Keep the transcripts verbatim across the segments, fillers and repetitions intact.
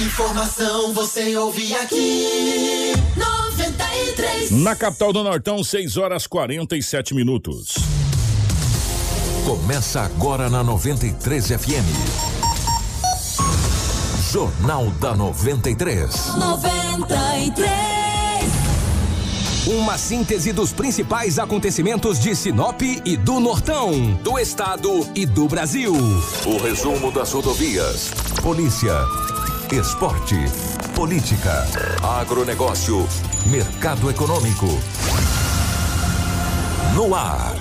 Informação você ouve aqui. noventa e três. Na capital do Nortão, seis horas quarenta e sete minutos. Começa agora na noventa e três F M. Jornal da noventa e três. noventa e três. Uma síntese dos principais acontecimentos de Sinop e do Nortão, do estado e do Brasil. O resumo das rodovias, polícia, esporte, política, agronegócio, mercado econômico. No ar.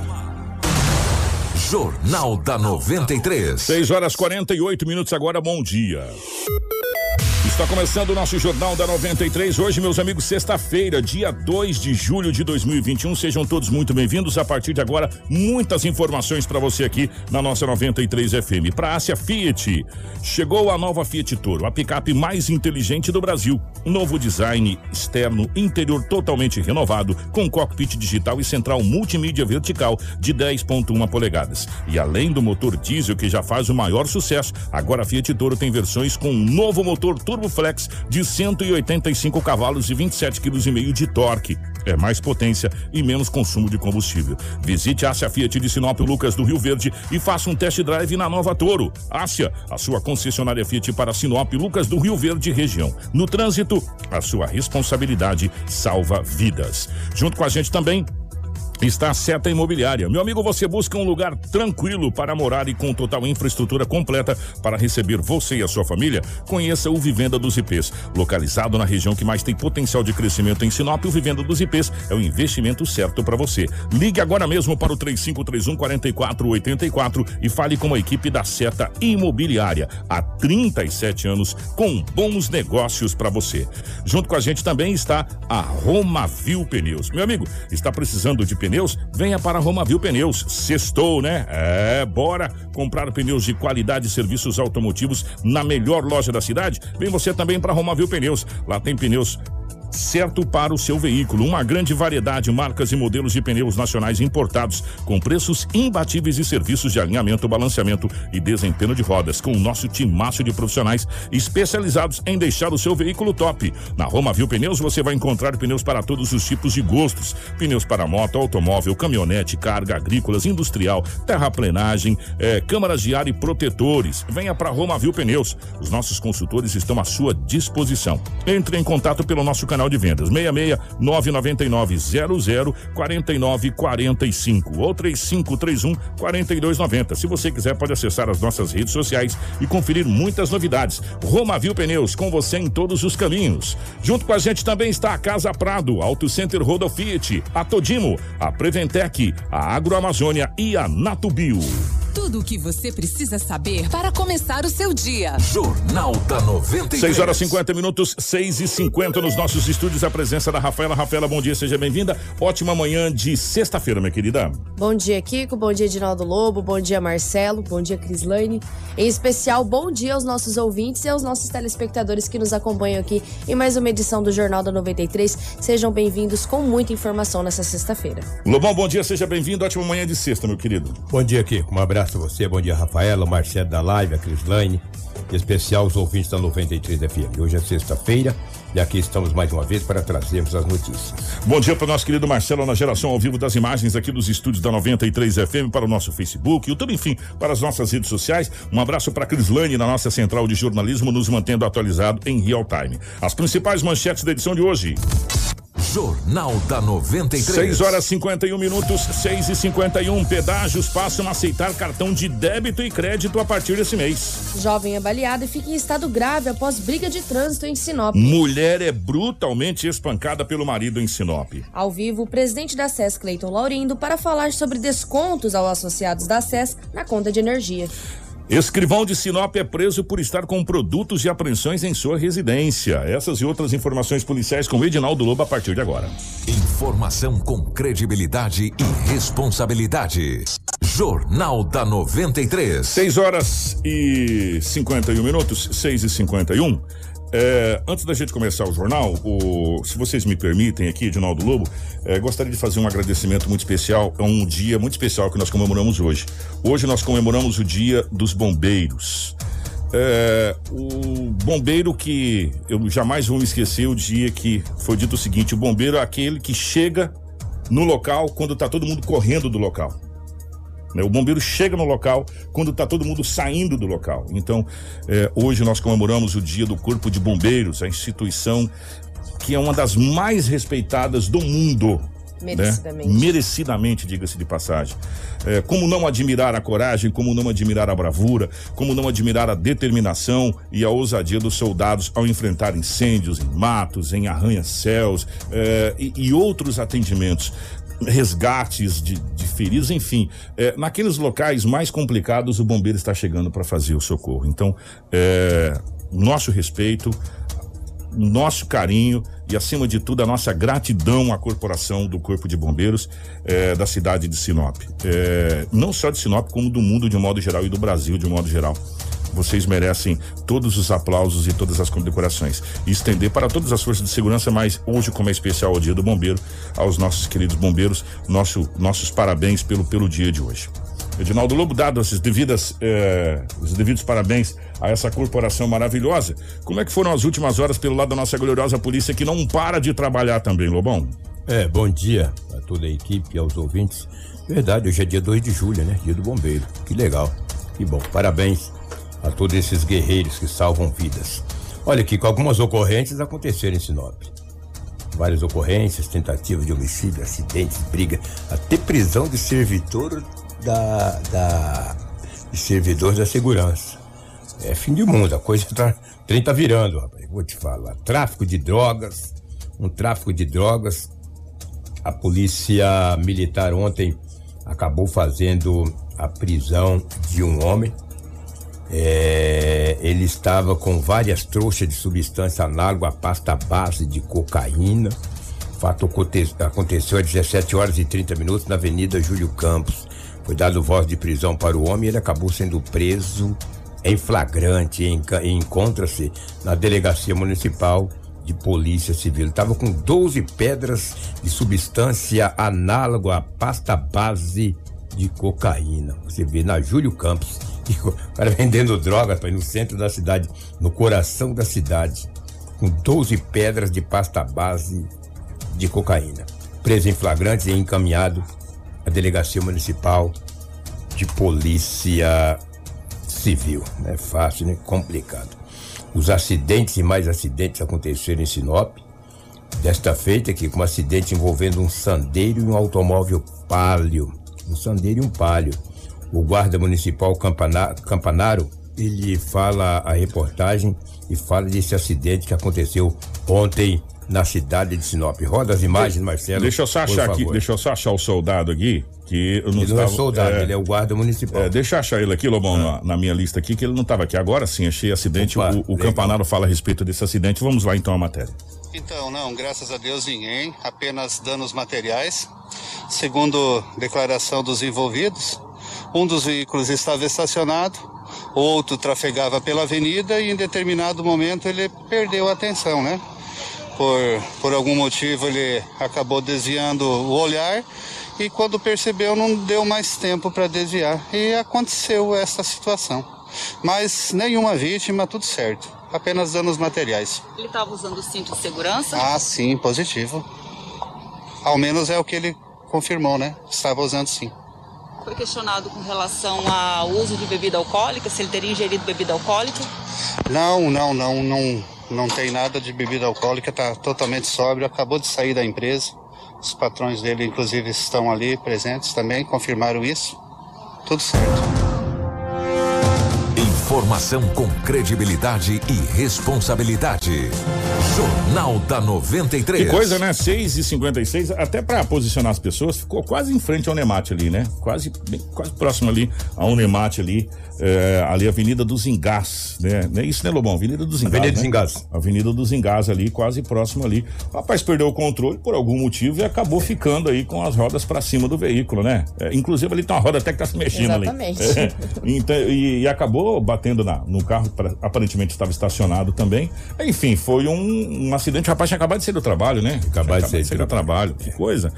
Jornal da noventa e três. seis horas quarenta e oito minutos agora, bom dia. Está começando o nosso Jornal da noventa e três. Hoje, meus amigos, sexta-feira, dia dois de julho de dois mil e vinte e um. Sejam todos muito bem-vindos. A partir de agora, muitas informações para você aqui na nossa noventa e três F M. Para a Ásia Fiat, chegou a nova Fiat Toro, a picape mais inteligente do Brasil. Novo design externo, interior totalmente renovado, com cockpit digital e central multimídia vertical de dez vírgula um polegadas. E além do motor diesel que já faz o maior sucesso, agora a Fiat Toro tem versões com um novo motor Turbo Flex de cento e oitenta e cinco cavalos e vinte e sete vírgula cinco quilos de torque. É mais potência e menos consumo de combustível. Visite a Ásia Fiat de Sinop Lucas do Rio Verde e faça um test drive na nova Toro. Ásia, a sua concessionária Fiat para Sinop Lucas do Rio Verde região. No trânsito, a sua responsabilidade salva vidas. Junto com a gente também está a Seta Imobiliária. Meu amigo, você busca um lugar tranquilo para morar e com total infraestrutura completa para receber você e a sua família? Conheça o Vivenda dos I Pês. Localizado na região que mais tem potencial de crescimento em Sinop, o Vivenda dos I Pês é o investimento certo para você. Ligue agora mesmo para o três cinco três um, quatro quatro oito quatro e fale com a equipe da Seta Imobiliária. Há trinta e sete anos com bons negócios para você. Junto com a gente também está a Romavil Pneus. Meu amigo, está precisando de pneus? Pneus, venha para Romavil Pneus. Sextou, né? É, bora comprar pneus de qualidade e serviços automotivos na melhor loja da cidade? Vem você também para Romavil Pneus. Lá tem pneus certo para o seu veículo, uma grande variedade, marcas e modelos de pneus nacionais importados, com preços imbatíveis e serviços de alinhamento, balanceamento e desempenho de rodas, com o nosso timaço de profissionais especializados em deixar o seu veículo top. Na Romavil Pneus você vai encontrar pneus para todos os tipos de gostos, pneus para moto, automóvel, caminhonete, carga, agrícolas, industrial, terraplenagem, eh, câmaras de ar e protetores. Venha para Romavil Pneus, os nossos consultores estão à sua disposição. Entre em contato pelo nosso canal de vendas seis seis nove nove nove zero zero quatro nove quatro cinco ou três cinco três um quatro dois nove zero. Se você quiser, pode acessar as nossas redes sociais e conferir muitas novidades. Romavil Pneus, com você em todos os caminhos. Junto com a gente também está a Casa Prado, Auto Center Rodo Fiat, a Todimo, a Preventec, a Agroamazônia e a Natubio. Tudo o que você precisa saber para começar o seu dia. Jornal da noventa e três. seis horas e cinquenta minutos, seis e cinquenta nos nossos estúdios. A presença da Rafaela. Rafaela, bom dia, seja bem-vinda. Ótima manhã de sexta-feira, minha querida. Bom dia, Kiko. Bom dia, Edinaldo Lobo. Bom dia, Marcelo. Bom dia, Crislaine. Em especial, bom dia aos nossos ouvintes e aos nossos telespectadores que nos acompanham aqui em mais uma edição do Jornal da noventa e três. Sejam bem-vindos com muita informação nessa sexta-feira. Lobão, bom dia, seja bem-vindo. Ótima manhã de sexta, meu querido. Bom dia, Kiko. Um abraço a você, bom dia, Rafaela, o Marcelo da Live, a Crislaine, em especial os ouvintes da noventa e três F M. Hoje é sexta-feira e aqui estamos mais uma vez para trazermos as notícias. Bom dia para o nosso querido Marcelo na geração ao vivo das imagens aqui dos estúdios da noventa e três F M, para o nosso Facebook, YouTube, enfim, para as nossas redes sociais. Um abraço para a Crislaine na nossa central de jornalismo, nos mantendo atualizado em real time. As principais manchetes da edição de hoje. Jornal da noventa e três. seis horas e cinquenta e um minutos, seis e cinquenta e um. Pedágios passam a aceitar cartão de débito e crédito a partir desse mês. Jovem é baleado e fica em estado grave após briga de trânsito em Sinop. Mulher é brutalmente espancada pelo marido em Sinop. Ao vivo, o presidente da S E S, Cleiton Laurindo, para falar sobre descontos aos associados da S E S na conta de energia. Escrivão de Sinop é preso por estar com produtos de apreensões em sua residência. Essas e outras informações policiais com Edinaldo Lobo a partir de agora. Informação com credibilidade e responsabilidade. Jornal da noventa e três. seis horas e cinquenta e um minutos, seis e cinquenta e um. É, antes da gente começar o jornal, o, se vocês me permitem aqui, Edinaldo Lobo, é, gostaria de fazer um agradecimento muito especial a um dia muito especial que nós comemoramos hoje. Hoje nós comemoramos o Dia dos Bombeiros. É, o bombeiro que eu jamais vou me esquecer o dia que foi dito o seguinte: o bombeiro é aquele que chega no local quando tá todo mundo correndo do local. O bombeiro chega no local quando está todo mundo saindo do local. Então, eh, hoje nós comemoramos o Dia do Corpo de Bombeiros, a instituição que é uma das mais respeitadas do mundo. Merecidamente. Né? Merecidamente, diga-se de passagem. Eh, como não admirar a coragem, como não admirar a bravura, como não admirar a determinação e a ousadia dos soldados ao enfrentar incêndios em matos, em arranha-céus eh, e, e outros atendimentos. Resgates de, de feridos, enfim, é, naqueles locais mais complicados o bombeiro está chegando para fazer o socorro. Então, é, nosso respeito, nosso carinho e, acima de tudo, a nossa gratidão à corporação do Corpo de Bombeiros é, da cidade de Sinop. É, não só de Sinop, como do mundo de um modo geral e do Brasil de um modo geral. Vocês merecem todos os aplausos e todas as condecorações. E estender para todas as forças de segurança, mas hoje, como é especial o Dia do Bombeiro, aos nossos queridos bombeiros, nosso, nossos parabéns pelo, pelo dia de hoje. Edinaldo Lobo, dado as devidas, eh, os devidos parabéns a essa corporação maravilhosa, como é que foram as últimas horas pelo lado da nossa gloriosa polícia, que não para de trabalhar também, Lobão? É, bom dia a toda a equipe e aos ouvintes. Verdade, hoje é dia dois de julho, né? Dia do bombeiro. Que legal, que bom. Parabéns a todos esses guerreiros que salvam vidas. Olha aqui, com algumas ocorrências aconteceram em Sinop. Várias ocorrências, tentativas de homicídio, acidentes, briga, até prisão de servidor da, da de servidor da segurança. É fim de mundo, a coisa tá, o trem tá virando, rapaz, vou te falar. Tráfico de drogas, um tráfico de drogas. A polícia militar ontem acabou fazendo a prisão de um homem. É, ele estava com várias trouxas de substância análoga à pasta base de cocaína. O fato aconteceu às dezessete horas e trinta minutos na Avenida Júlio Campos. Foi dado voz de prisão para o homem e ele acabou sendo preso em flagrante e encontra-se na Delegacia Municipal de Polícia Civil. Ele estava com doze pedras de substância análoga à pasta base de cocaína. Você vê na Júlio Campos, o cara vendendo droga no centro da cidade, no coração da cidade, com doze pedras de pasta base de cocaína. Preso em flagrante e encaminhado à Delegacia Municipal de Polícia Civil. Não é fácil, né? Complicado. Os acidentes e mais acidentes aconteceram em Sinop. Desta feita aqui, com um acidente envolvendo um sandeiro e um automóvel Palio. Um sandeiro e um Palio. O guarda municipal Campana, Campanaro, ele fala a reportagem e fala desse acidente que aconteceu ontem na cidade de Sinop. Roda as imagens, Marcelo. Deixa eu só achar aqui, deixa eu só achar o soldado aqui, que eu não ele estava, não é soldado, é, ele é o guarda municipal. É, deixa eu achar ele aqui, Lobão, ah. na, na minha lista aqui, que ele não estava aqui. Agora sim, achei acidente. Opa, o o Campanaro fala a respeito desse acidente. Vamos lá então a matéria. Então, não, graças a Deus ninguém, apenas danos materiais. Segundo declaração dos envolvidos, um dos veículos estava estacionado, o outro trafegava pela avenida e em determinado momento ele perdeu a atenção, né? Por, por algum motivo ele acabou desviando o olhar e quando percebeu não deu mais tempo para desviar e aconteceu essa situação. Mas nenhuma vítima, tudo certo, apenas danos materiais. Ele estava usando o cinto de segurança? Ah, sim, positivo. Ao menos é o que ele confirmou, né? Estava usando sim. Foi questionado com relação ao uso de bebida alcoólica, se ele teria ingerido bebida alcoólica? Não, não, não, não, não tem nada de bebida alcoólica, está totalmente sóbrio, acabou de sair da empresa. Os patrões dele, inclusive, estão ali presentes também, confirmaram isso. Tudo certo. Informação com credibilidade e responsabilidade. Jornal da noventa e três. Que coisa, né? seis e cinquenta e seis, até pra posicionar as pessoas, ficou quase em frente ao Nemate ali, né? Quase, bem, quase próximo ali ao Nemate ali, é, ali Avenida dos Engás, né? Não é isso, né, Lobão? Avenida dos Engás, Avenida né? dos Engás. Avenida dos Engás ali, quase próximo ali. O rapaz perdeu o controle por algum motivo e acabou ficando aí com as rodas pra cima do veículo, né? É, inclusive ali tem uma roda até que tá se mexendo. Exatamente. Ali. É, então, e, e acabou batendo na, no carro, pra, aparentemente estava estacionado também. Enfim, foi um, um acidente. O rapaz tinha acabado de sair do trabalho, né? Acabado de sair do trabalho. Que coisa.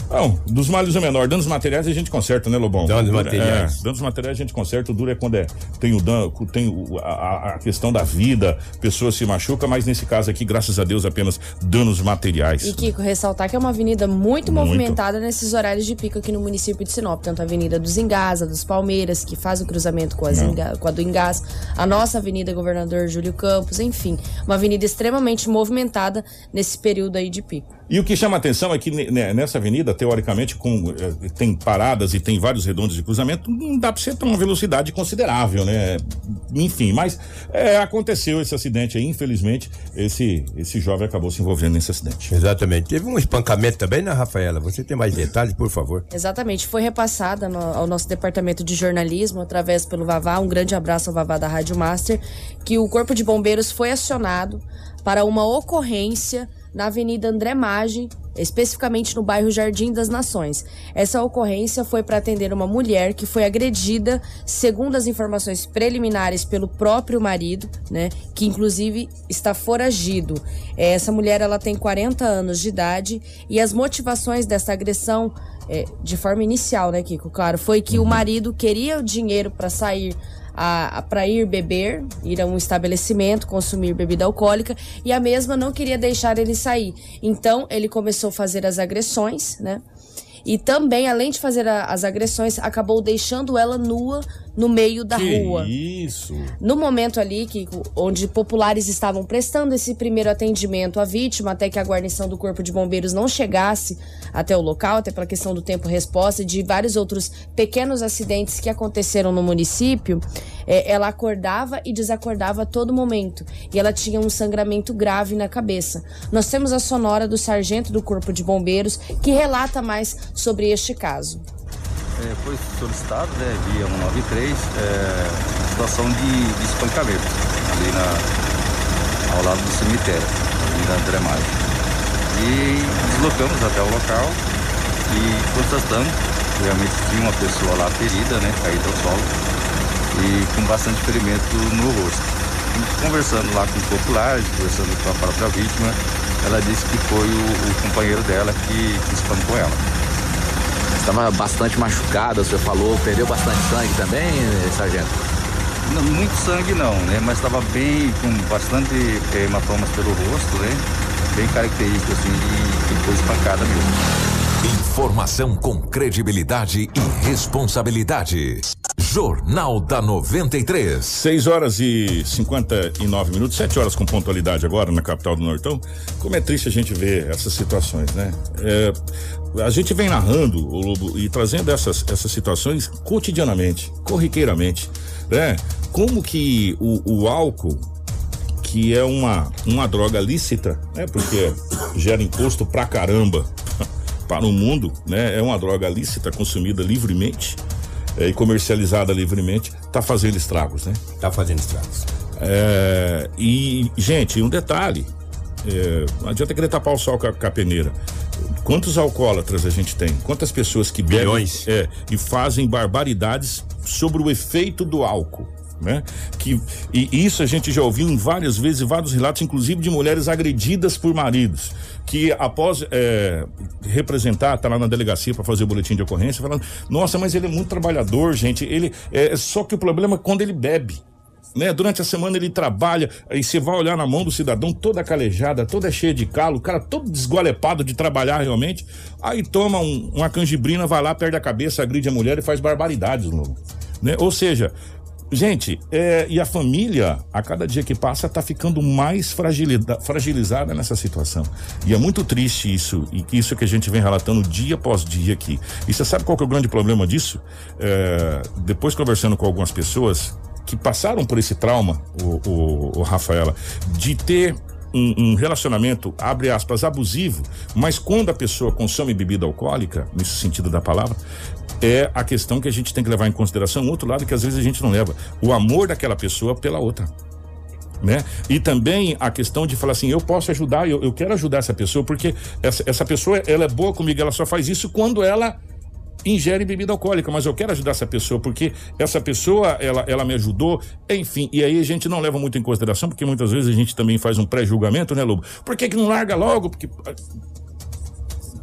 Não, dos males o menor. Danos materiais a gente conserta, né, Lobão? Danos materiais. É, danos materiais a gente conserta. O duro é quando é, tem o dano, tem o, a, a questão da vida, pessoa se machuca, mas nesse caso aqui, graças a Deus, apenas danos materiais. E, Kiko, ressaltar que é uma avenida muito, muito movimentada nesses horários de pico aqui no município de Sinop. Tanto a Avenida dos Engás, a dos Palmeiras, que faz o cruzamento com, as Enga, com a do Engás, a nossa Avenida Governador Júlio Campos, enfim, uma avenida extremamente movimentada nesse período aí de pico. E o que chama a atenção é que nessa avenida, teoricamente, com, eh, tem paradas e tem vários redondos de cruzamento, não dá pra você ter uma velocidade considerável, né? Enfim, mas é, aconteceu esse acidente aí, infelizmente, esse, esse jovem acabou se envolvendo nesse acidente. Exatamente. Teve um espancamento também, né, Rafaela? Você tem mais detalhes, por favor? Exatamente. Foi repassada no, ao nosso departamento de jornalismo, através pelo Vavá, um grande abraço ao Vavá da Rádio Master, que o Corpo de Bombeiros foi acionado para uma ocorrência na Avenida André Maggi, especificamente no bairro Jardim das Nações. Essa ocorrência foi para atender uma mulher que foi agredida, segundo as informações preliminares, pelo próprio marido, né, que inclusive está foragido. Essa mulher, ela tem quarenta anos de idade e as motivações dessa agressão, é, de forma inicial, né, Kiko, claro, foi que o marido queria o dinheiro para sair para ir beber, ir a um estabelecimento, consumir bebida alcoólica, e a mesma não queria deixar ele sair. Então, ele começou a fazer as agressões, né? E também, além de fazer a, as agressões, acabou deixando ela nua no meio da que rua. Isso. No momento ali, que, onde populares estavam prestando esse primeiro atendimento à vítima, até que a guarnição do Corpo de Bombeiros não chegasse até o local, até pela questão do tempo-resposta e de vários outros pequenos acidentes que aconteceram no município, é, ela acordava e desacordava a todo momento. E ela tinha um sangramento grave na cabeça. Nós temos a sonora do sargento do Corpo de Bombeiros, que relata mais sobre este caso. É, foi solicitado, né, via cento e noventa e três, é, situação de, de espancamento ali na, ao lado do cemitério, ali na André Maggi. E deslocamos até o local e constatamos que realmente tinha uma pessoa lá ferida, né, caída ao solo e com bastante ferimento no rosto. E conversando lá com os populares, conversando com a própria vítima, ela disse que foi o, o companheiro dela que, que espancou ela. Estava bastante machucada, o senhor falou, perdeu bastante sangue também, sargento? Não, muito sangue não, né? Mas estava bem, com bastante é, hematomas pelo rosto, né? Bem característico, assim, de que foi espancada mesmo. Informação com credibilidade e responsabilidade. Jornal da noventa e três. seis horas e cinquenta e nove minutos, sete horas com pontualidade agora na capital do Nortão. Como é triste a gente ver essas situações, né? É, a gente vem narrando, o Lobo, e trazendo essas, essas situações cotidianamente, corriqueiramente, né? Como que o, o álcool, que é uma, uma droga lícita, né? Porque gera imposto pra caramba para o mundo, né? É uma droga lícita, consumida livremente é, e comercializada livremente, tá fazendo estragos, né? Tá fazendo estragos. É, e, gente, um detalhe, é, não adianta querer tapar o sol com a, com a peneira. Quantos alcoólatras a gente tem? Quantas pessoas que bebem é, e fazem barbaridades sobre o efeito do álcool, né? Que, e isso a gente já ouviu em várias vezes, vários relatos, inclusive de mulheres agredidas por maridos, que após é, representar, tá lá na delegacia para fazer o boletim de ocorrência, falando, nossa, mas ele é muito trabalhador, gente, ele é só que o problema é quando ele bebe, né? Durante a semana ele trabalha, aí você vai olhar na mão do cidadão toda calejada, toda cheia de calo, o cara todo desgualepado de trabalhar realmente, aí toma um, uma canjibrina, vai lá, perde a cabeça, agride a mulher e faz barbaridades, né? Ou seja, gente, é, e a família, a cada dia que passa, tá ficando mais fragilizada nessa situação. E é muito triste isso, e isso que a gente vem relatando dia após dia aqui. E você sabe qual que é o grande problema disso? É, depois conversando com algumas pessoas que passaram por esse trauma, o, o, o Rafaela, de ter um, um relacionamento, abre aspas, abusivo, mas quando a pessoa consome bebida alcoólica, nesse sentido da palavra, é a questão que a gente tem que levar em consideração, um outro lado que às vezes a gente não leva, o amor daquela pessoa pela outra, né? E também a questão de falar assim, eu posso ajudar, eu, eu quero ajudar essa pessoa, porque essa, essa pessoa, ela é boa comigo, ela só faz isso quando ela ingere bebida alcoólica, mas eu quero ajudar essa pessoa, porque essa pessoa, ela, ela me ajudou, enfim, e aí a gente não leva muito em consideração, porque muitas vezes a gente também faz um pré-julgamento, né, Lobo? Por que que não larga logo? Porque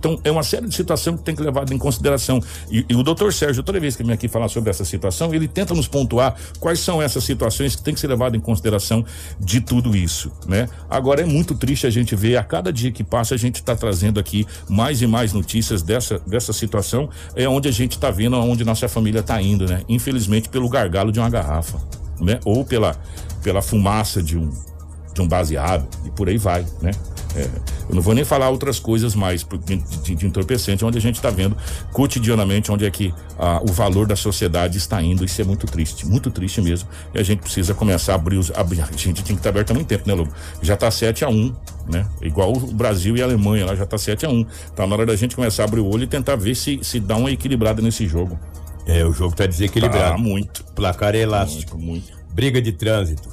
Então, é uma série de situações que tem que levar em consideração. E, e o doutor Sérgio, toda vez que vem aqui falar sobre essa situação, ele tenta nos pontuar quais são essas situações que tem que ser levadas em consideração de tudo isso, né? Agora, é muito triste a gente ver, a cada dia que passa, a gente está trazendo aqui mais e mais notícias dessa, dessa situação, é onde a gente está vendo aonde nossa família está indo, né? Infelizmente, pelo gargalo de uma garrafa, né? Ou pela, pela fumaça de um, de um baseado, e por aí vai, né? É, eu não vou nem falar outras coisas mais de, de, de entorpecente, onde a gente está vendo cotidianamente onde é que ah, o valor da sociedade está indo. Isso é muito triste, muito triste mesmo. E a gente precisa começar a abrir os. Abrir, a gente tinha que estar aberto há muito tempo, né, Lobo? Já está sete a um, né? Igual o Brasil e a Alemanha, lá já está sete a um. Tá na hora da gente começar a abrir o olho e tentar ver se, se dá uma equilibrada nesse jogo. É, o jogo tá desequilibrado. Tá, muito. Placar é elástico. Muito, muito. Briga de trânsito.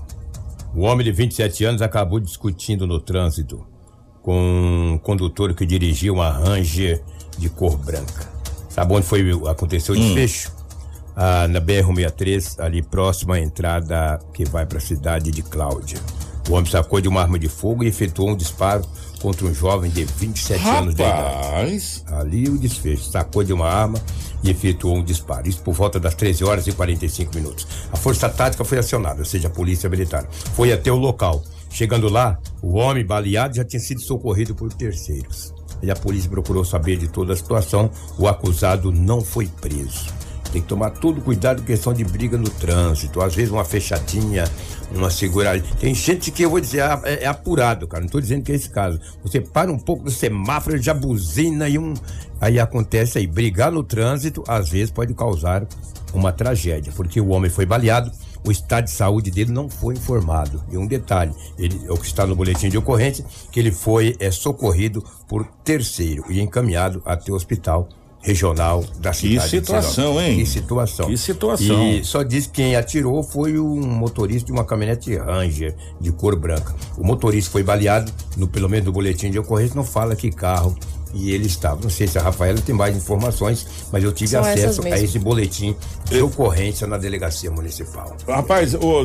O homem de vinte e sete anos acabou discutindo no trânsito com um condutor que dirigia uma Ranger de cor branca. Sabe onde foi, aconteceu o hum. desfecho? Ah, na B R cento e sessenta e três, ali próximo à entrada que vai para a cidade de Cláudia. O homem sacou de uma arma de fogo e efetuou um disparo contra um jovem de vinte e sete anos de idade. Ali o desfecho, sacou de uma arma e efetuou um disparo. Isso por volta das treze horas e quarenta e cinco minutos. A força tática foi acionada, ou seja, a polícia militar. Foi até o local. Chegando lá, o homem baleado já tinha sido socorrido por terceiros. E a polícia procurou saber de toda a situação. O acusado não foi preso. Tem que tomar todo cuidado com questão de briga no trânsito. Às vezes uma fechadinha, uma segurada. Tem gente que eu vou dizer, é, é apurado, cara. Não tô dizendo que é esse caso. Você para um pouco do semáforo, já buzina e um... Aí acontece aí, brigar no trânsito, às vezes pode causar uma tragédia. Porque o homem foi baleado, o estado de saúde dele não foi informado. E um detalhe, ele, o que está no boletim de ocorrência, que ele foi é, socorrido por terceiro e encaminhado até o hospital regional da cidade. Que situação, hein? Que situação. Que situação. E só diz que quem atirou foi um motorista de uma caminhonete Ranger de cor branca. O motorista foi baleado, no, pelo menos no boletim de ocorrência, não fala que carro e ele estava. Não sei se a Rafaela tem mais informações, mas eu tive São acesso a esse boletim de ocorrência na delegacia municipal. Rapaz, ô,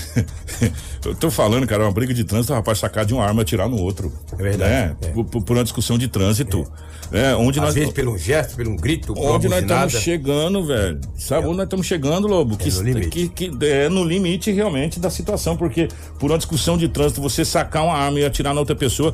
eu tô falando, cara, uma briga de trânsito, o rapaz sacar de uma arma e atirar no outro. É verdade. Né? É. Por, por uma discussão de trânsito. É. É, onde Às nós, vezes pelo gesto, pelo grito, onde nós estamos chegando, velho. Sabe é. onde nós estamos chegando, Lobo? É que, no limite. Que, que é no limite realmente da situação, porque por uma discussão de trânsito, você sacar uma arma e atirar na outra pessoa.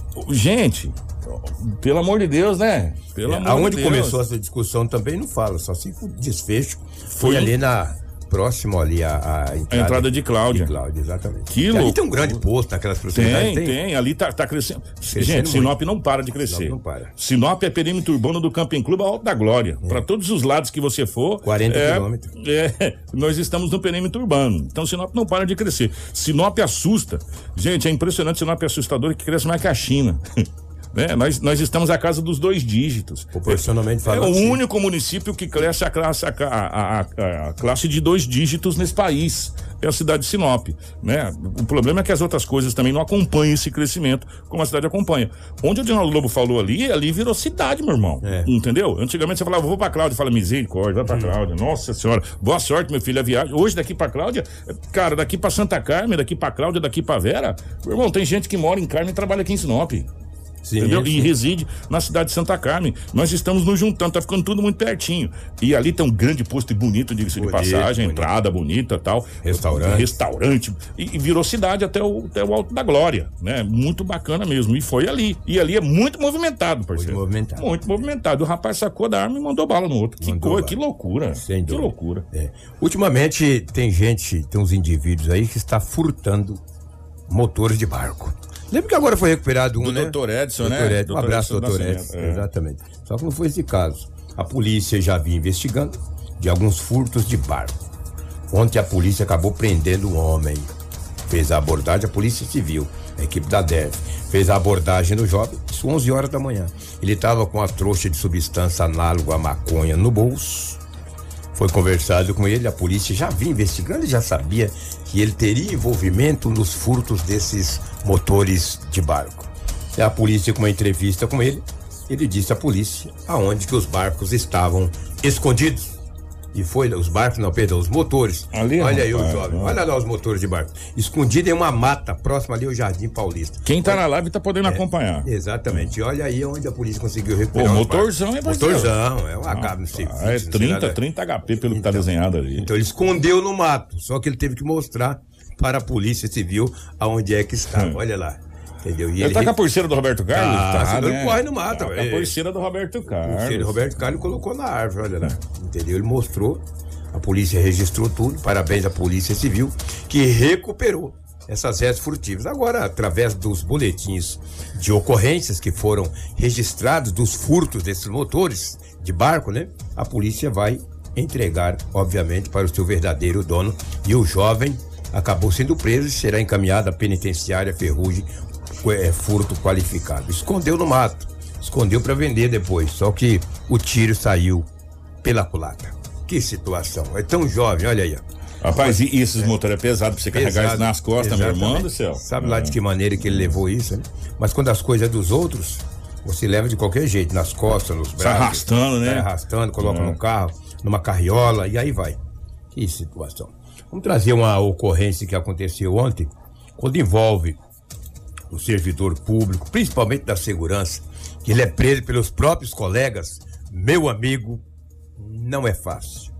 Gente, pelo amor de Deus, né? Pelo é, amor aonde de Deus. começou essa discussão também não fala, só se o desfecho foi, foi ali na próximo ali a, a, entrada, a entrada de Cláudia. De Cláudia, exatamente. Que ali tem um grande posto naquelas proximidades. Tem, tem, tem, ali tá, tá crescendo. crescendo Gente, muito. Sinop não para de crescer. Sinop não para. Sinop é perímetro urbano do Camping Clube Alto da Glória. É. Para todos os lados que você for. quarenta é, quilômetros. É, nós estamos no perímetro urbano. Então Sinop não para de crescer. Sinop assusta. Gente, é impressionante, Sinop é assustador, que cresce mais que a China. Né? Nós, nós estamos à casa dos dois dígitos. Proporcionalmente falando. É o assim. único município que cresce a classe, a, a, a, a classe de dois dígitos nesse país. É a cidade de Sinop, né? O problema é que as outras coisas também não acompanham esse crescimento como a cidade acompanha. Onde o Dinaldo Lobo falou ali, ali virou cidade, meu irmão. É. Entendeu? Antigamente você falava, vou pra Cláudia, fala misericórdia, vai pra hum. Cláudia. Nossa senhora, boa sorte, meu filho, a viagem. Hoje daqui pra Cláudia, cara, daqui pra Santa Carmen, daqui pra Cláudia, daqui pra Vera, meu irmão, tem gente que mora em Carmen e trabalha aqui em Sinop. Sim, entendeu? Sim. E reside na cidade de Santa Carmen. Nós estamos nos juntando, tá ficando tudo muito pertinho. E ali tem um grande posto bonito, diga-se de passagem, bonito. Entrada bonita, tal. Restaurante. Restaurante. E, e virou cidade até o, até o Alto da Glória, né? Muito bacana mesmo. E foi ali. E ali é muito movimentado, parceiro. Muito movimentado. Muito movimentado. O rapaz sacou da arma e mandou bala no outro. Que coisa, que loucura. Sem que dúvida. loucura. É. Ultimamente tem gente, tem uns indivíduos aí que está furtando motores de barco. Lembra que agora foi recuperado um, do né? doutor Edson, doutor né? Edson, um abraço, doutor Edson. É. Exatamente. Só que não foi esse caso. A polícia já vinha investigando de alguns furtos de barco. Ontem a polícia acabou prendendo um homem. Fez a abordagem, a polícia civil, a equipe da D E V, fez a abordagem no jovem, isso onze horas da manhã. Ele estava com a trouxa de substância análoga à maconha no bolso. Foi conversado com ele, a polícia já vinha investigando e já sabia que ele teria envolvimento nos furtos desses motores de barco. E a polícia, com uma entrevista com ele, ele disse à polícia aonde que os barcos estavam escondidos. E foi, os barcos, não, perdão, os motores. Ali, olha aí rapaz, o jovem, ó. olha lá os motores de barco. Escondido em uma mata, próximo ali ao Jardim Paulista. Quem tá na live tá podendo É, acompanhar. Exatamente. E olha aí onde a polícia conseguiu Pô, recuperar. os motorzão, barcos. é parceiro? Motorzão, é um H, não sei. É trinta, trinta H P pelo que tá desenhado ali. Então ele escondeu no mato, só que ele teve que mostrar para a polícia civil aonde é que estava. Hum. Olha lá. Entendeu? E Ele, ele tá com a pulseira do Roberto Carlos? Tá, senão ele né? corre no mato. Tá com a pulseira do Roberto Carlos. A pulseira do Roberto Carlos colocou na árvore, olha lá. Entendeu? Ele mostrou, a polícia registrou tudo, parabéns à Polícia Civil, que recuperou essas réis furtivas. Agora, através dos boletins de ocorrências que foram registrados dos furtos desses motores de barco, né? A polícia vai entregar, obviamente, para o seu verdadeiro dono. E o jovem acabou sendo preso e será encaminhado à penitenciária Ferrugem, é, furto qualificado. Escondeu no mato, escondeu para vender depois, só que o tiro saiu pela culatra. Que situação, é tão jovem, olha aí. Ó. Rapaz, e, e esses é. motores é pesado pra você Pesado, carregar isso nas costas, meu exatamente. irmão do céu. Sabe é. lá de que maneira que ele levou isso, né? Mas quando as coisas é dos outros, você leva de qualquer jeito, nas costas, nos braços. Sai arrastando, né? Sai arrastando, coloca é. no carro, numa carriola, e aí vai. Que situação. Vamos trazer uma ocorrência que aconteceu ontem, quando envolve um servidor público, principalmente da segurança, que ele é preso pelos próprios colegas. Meu amigo, não é fácil.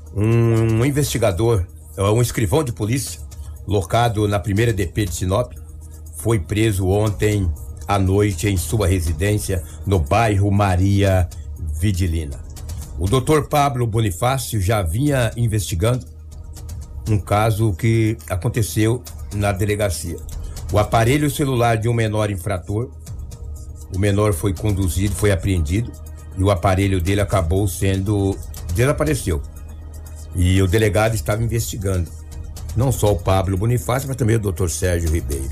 Um investigador, um escrivão de polícia, locado na primeira D P de Sinop, foi preso ontem à noite em sua residência no bairro Maria Vidilina. O doutor Pablo Bonifácio já vinha investigando um caso que aconteceu na delegacia. O aparelho celular de um menor infrator, o menor foi conduzido, foi apreendido e o aparelho dele acabou sendo, desapareceu. E o delegado estava investigando, não só o Pablo Bonifácio, mas também o doutor Sérgio Ribeiro.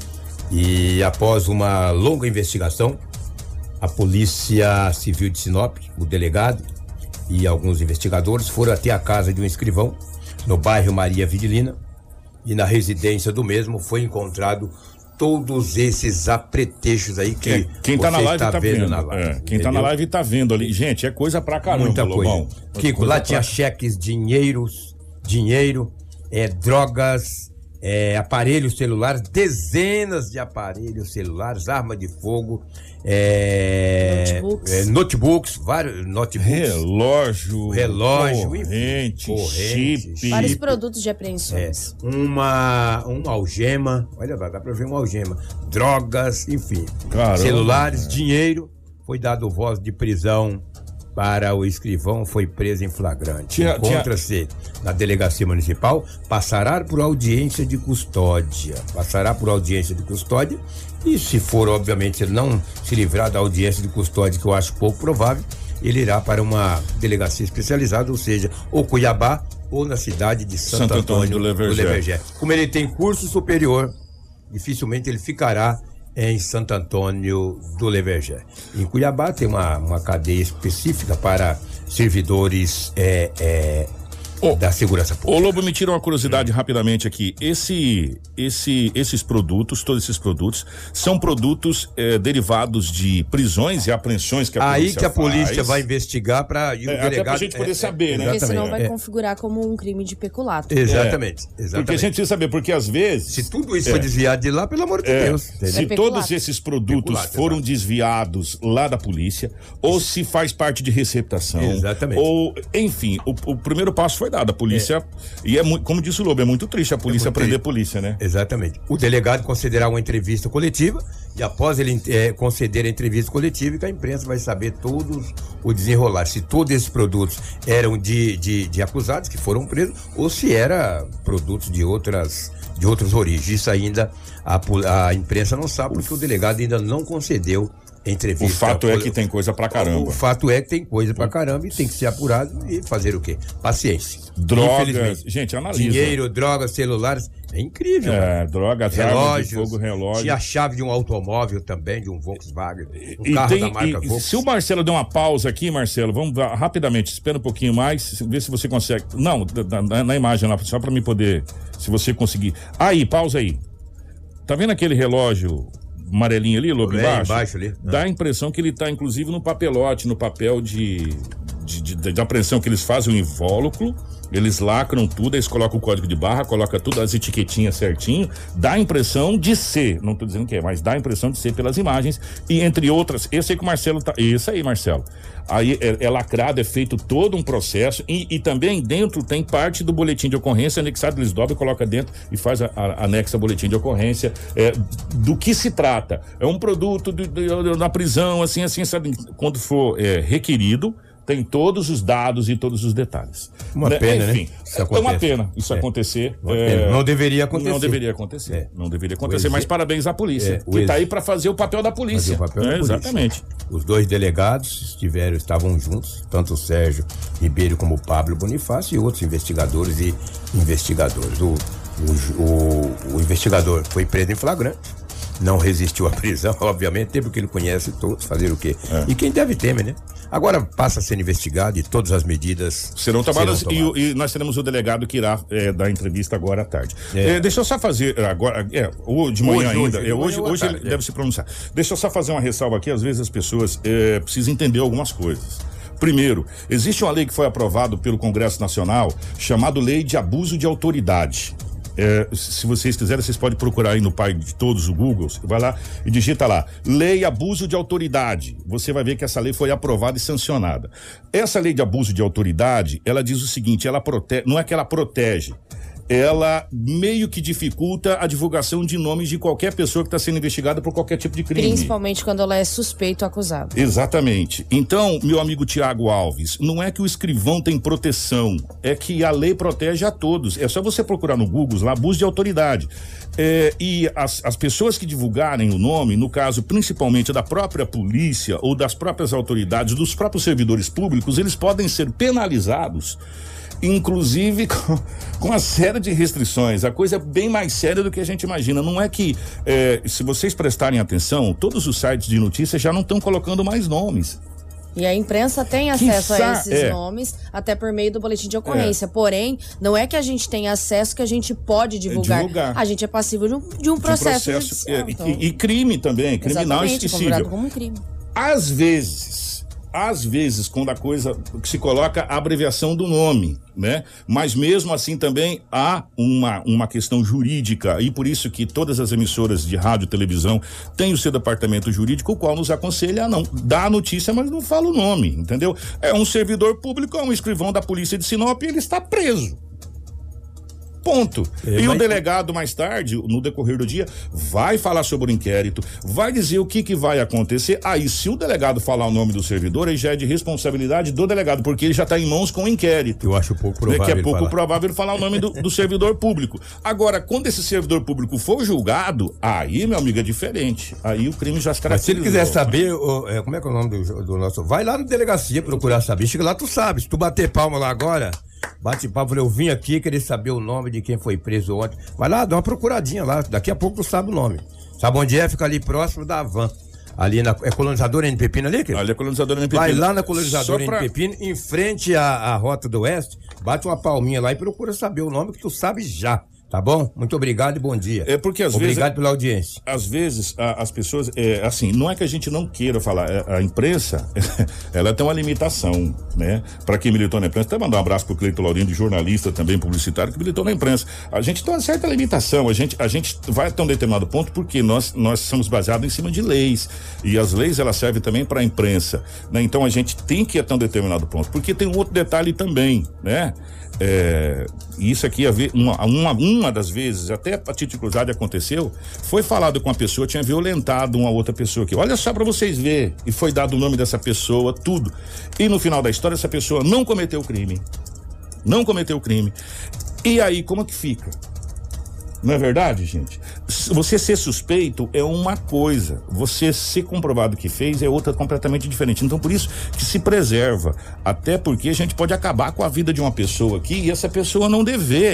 E após uma longa investigação, a Polícia Civil de Sinop, o delegado e alguns investigadores foram até a casa de um escrivão no bairro Maria Vidilina, e na residência do mesmo foi encontrado todos esses apetrechos aí que é, quem tá na live está tá vendo, vendo na live. É, quem tá na live tá vendo ali. Gente, é coisa pra caramba, muita coisa. Lobão. Kiko, coisa lá pra... tinha cheques, dinheiros, dinheiro, é, drogas, é, aparelhos celulares, dezenas de aparelhos celulares, arma de fogo, é, notebooks. É, notebooks, vários notebooks, relógio, relógio, corrente, corrente, chip, vários produtos de apreensões. É, uma, uma algema, olha lá, dá pra ver uma algema, drogas, enfim, Caramba, celulares, cara. dinheiro. Foi dado voz de prisão para o escrivão, foi preso em flagrante. Tinha- Encontra-se na delegacia municipal, passará por audiência de custódia. Passará por audiência de custódia e, se for, obviamente, ele não se livrar da audiência de custódia, que eu acho pouco provável, ele irá para uma delegacia especializada, ou seja, ou Cuiabá ou na cidade de Santo, Santo Antônio Antônio do Levergé. do Levergé. Como ele tem curso superior, dificilmente ele ficará em Santo Antônio do Levergé. Em Cuiabá tem uma, uma cadeia específica para servidores é, é, Ô, da segurança Ô pública. Lobo, me tira uma curiosidade rapidamente aqui. Esse, esse, esses produtos, todos esses produtos, são produtos eh, derivados de prisões e apreensões que a Aí polícia que a polícia faz. vai investigar para ir o É, até delegado... pra gente poder saber, né? Porque senão exatamente, vai é. configurar como um crime de peculato. Exatamente, Porque a exatamente. gente precisa saber, porque às vezes... Se tudo isso É. for desviado de lá, pelo amor de É, Deus. entendeu? se É peculato. todos esses produtos Peculato, foram exato. desviados lá da polícia, ou se faz parte de receptação, Exatamente. ou, enfim, o, o primeiro passo foi dado, a polícia, e é muito, como disse o Lobo, é muito triste a polícia muito prender a triste. polícia, né? Exatamente. O delegado concederá uma entrevista coletiva e após ele eh, conceder a entrevista coletiva, que a imprensa vai saber todos o desenrolar. Se todos esses produtos eram de, de, de acusados que foram presos ou se era produtos de outras, de outras origens. Isso ainda a, pu- a imprensa não sabe porque o delegado ainda não concedeu entrevista. O fato é cole- que tem coisa pra caramba. O fato é que tem coisa pra caramba e tem que ser apurado e fazer o quê? Paciência. Drogas, Infelizmente. gente, analisa. Dinheiro, drogas, celulares, é incrível. É, mano. drogas, armas de relógios, fogo, relógio. tinha a chave de um automóvel também, de um Volkswagen, um E carro tem, da marca e, Volkswagen. se o Marcelo der uma pausa aqui, Marcelo, vamos dar rapidamente, espera um pouquinho mais, ver se você consegue. Não, na, na- na imagem lá, só pra mim poder, se você conseguir. Aí, pausa aí. Tá vendo aquele relógio amarelinho ali, Lobo, É, embaixo? embaixo ali. Dá a impressão que ele tá, inclusive, no papelote, no papel de, de, de, de apreensão que eles fazem o invólucro, eles lacram tudo, eles colocam o código de barra, colocam tudo, as etiquetinhas certinho, dá a impressão de ser, não tô dizendo que é, mas dá a impressão de ser pelas imagens, e entre outras, esse aí que o Marcelo tá, esse aí, Marcelo, aí é, é lacrado, é feito todo um processo, e, e também dentro tem parte do boletim de ocorrência anexado, eles dobram, coloca dentro e faz a, a anexa boletim de ocorrência, é, do que se trata, é um produto de, de, de, na prisão, assim, assim, sabe, quando for é, requerido, tem todos os dados e todos os detalhes. Uma né? pena, Enfim, né? Isso é uma pena isso é. acontecer. É, não deveria acontecer. Não deveria acontecer. É. Não deveria acontecer, mas parabéns à polícia, é, que está aí para fazer o papel da polícia. Fazer o papel é, da polícia. Exatamente. Os dois delegados estiveram, estavam juntos, tanto o Sérgio Ribeiro como o Pablo Bonifácio e outros investigadores e investigadores. O, o, o, o investigador foi preso em flagrante. Não resistiu à prisão, obviamente, teve porque ele conhece todos, fazer o quê? É. E quem deve temer, né? Agora passa a ser investigado e todas as medidas serão tomadas, serão tomadas. E, e nós teremos o delegado que irá é, dar entrevista agora à tarde. É. É, deixa eu só fazer agora, é, ou de manhã hoje, ainda, hoje, é, hoje, hoje ele é. deve se pronunciar. Deixa eu só fazer uma ressalva aqui, às vezes as pessoas é, precisam entender algumas coisas. Primeiro, existe uma lei que foi aprovada pelo Congresso Nacional, chamada Lei de Abuso de Autoridade. É, se vocês quiserem, vocês podem procurar aí no pai de todos, o Google, vai lá e digita lá, Lei Abuso de Autoridade, você vai ver que essa lei foi aprovada e sancionada. Essa lei de abuso de autoridade, ela diz o seguinte, ela protege, não é que ela protege, ela meio que dificulta a divulgação de nomes de qualquer pessoa que está sendo investigada por qualquer tipo de crime. Principalmente quando ela é suspeito ou acusado. Exatamente. Então, meu amigo Tiago Alves, não é que o escrivão tem proteção, é que a lei protege a todos. É só você procurar no Google lá, abuso de autoridade. É, e as, as pessoas que divulgarem o nome, no caso principalmente da própria polícia ou das próprias autoridades, dos próprios servidores públicos, eles podem ser penalizados, inclusive com, com uma série de restrições. A coisa é bem mais séria do que a gente imagina. Não é que, é, se vocês prestarem atenção, todos os sites de notícias já não estão colocando mais nomes. E a imprensa tem acesso a esses é. nomes, até por meio do boletim de ocorrência. É. Porém, não é que a gente tem acesso que a gente pode divulgar. divulgar. A gente é passivo de um, de um processo, de um processo judicial. É, então. e, e crime também, criminal esquecível. Como um crime. Às vezes... Às vezes, quando a coisa se coloca a abreviação do nome, né? Mas mesmo assim também há uma, uma questão jurídica, e por isso que todas as emissoras de rádio e televisão têm o seu departamento jurídico, o qual nos aconselha a não dar a notícia, mas não fala o nome, entendeu? É um servidor público, é um escrivão da polícia de Sinop e ele está preso. Ponto. É, e mas... o delegado, mais tarde, no decorrer do dia, vai falar sobre o inquérito, vai dizer o que, que vai acontecer. Aí, se o delegado falar o nome do servidor, aí já é de responsabilidade do delegado, porque ele já está em mãos com o inquérito. Eu acho pouco provável. Que é pouco falar. provável ele falar o nome do, do servidor público. Agora, quando esse servidor público for julgado, aí, meu amigo, é diferente. Aí o crime já se caracterizou. Mas se ele quiser saber, o, é, como é que é o nome do, do nosso... Vai lá na delegacia procurar saber. Chega lá, tu sabe. Se tu bater palma lá agora... Bate papo, eu vim aqui querer saber o nome de quem foi preso ontem. Vai lá, dá uma procuradinha lá, daqui a pouco tu sabe o nome. Sabe onde é? Fica ali próximo da Van. Ali na, é colonizadora N Pepino ali, querido? Ali é colonizadora N Pepino. Vai lá na colonizadora pra... N Pepino, em frente à, à Rota do Oeste, bate uma palminha lá e procura saber o nome que tu sabe já. Tá bom? Muito obrigado e bom dia. É porque às obrigado vezes... Obrigado pela audiência. Às vezes, a, as pessoas... É, assim, não é que a gente não queira falar. A, a imprensa, ela tem uma limitação, né? Pra quem militou na imprensa, até mandar um abraço pro Cleito Laurindo, jornalista também, publicitário, que militou na imprensa. A gente tem uma certa limitação. A gente, a gente vai até um determinado ponto porque nós, nós somos baseados em cima de leis. E as leis, elas servem também pra imprensa, né? Então, a gente tem que ir até um determinado ponto. Porque tem um outro detalhe também, né? É, isso aqui, uma, uma, uma das vezes, até a Tite Cruzade aconteceu, foi falado com uma pessoa, tinha violentado uma outra pessoa aqui, olha só pra vocês verem, e foi dado o nome dessa pessoa, tudo, e no final da história essa pessoa não cometeu crime, não cometeu crime, e aí como é que fica? Não é verdade, gente? Você ser suspeito é uma coisa, você ser comprovado que fez é outra completamente diferente. Então, por isso que se preserva, até porque a gente pode acabar com a vida de uma pessoa aqui e essa pessoa não dever.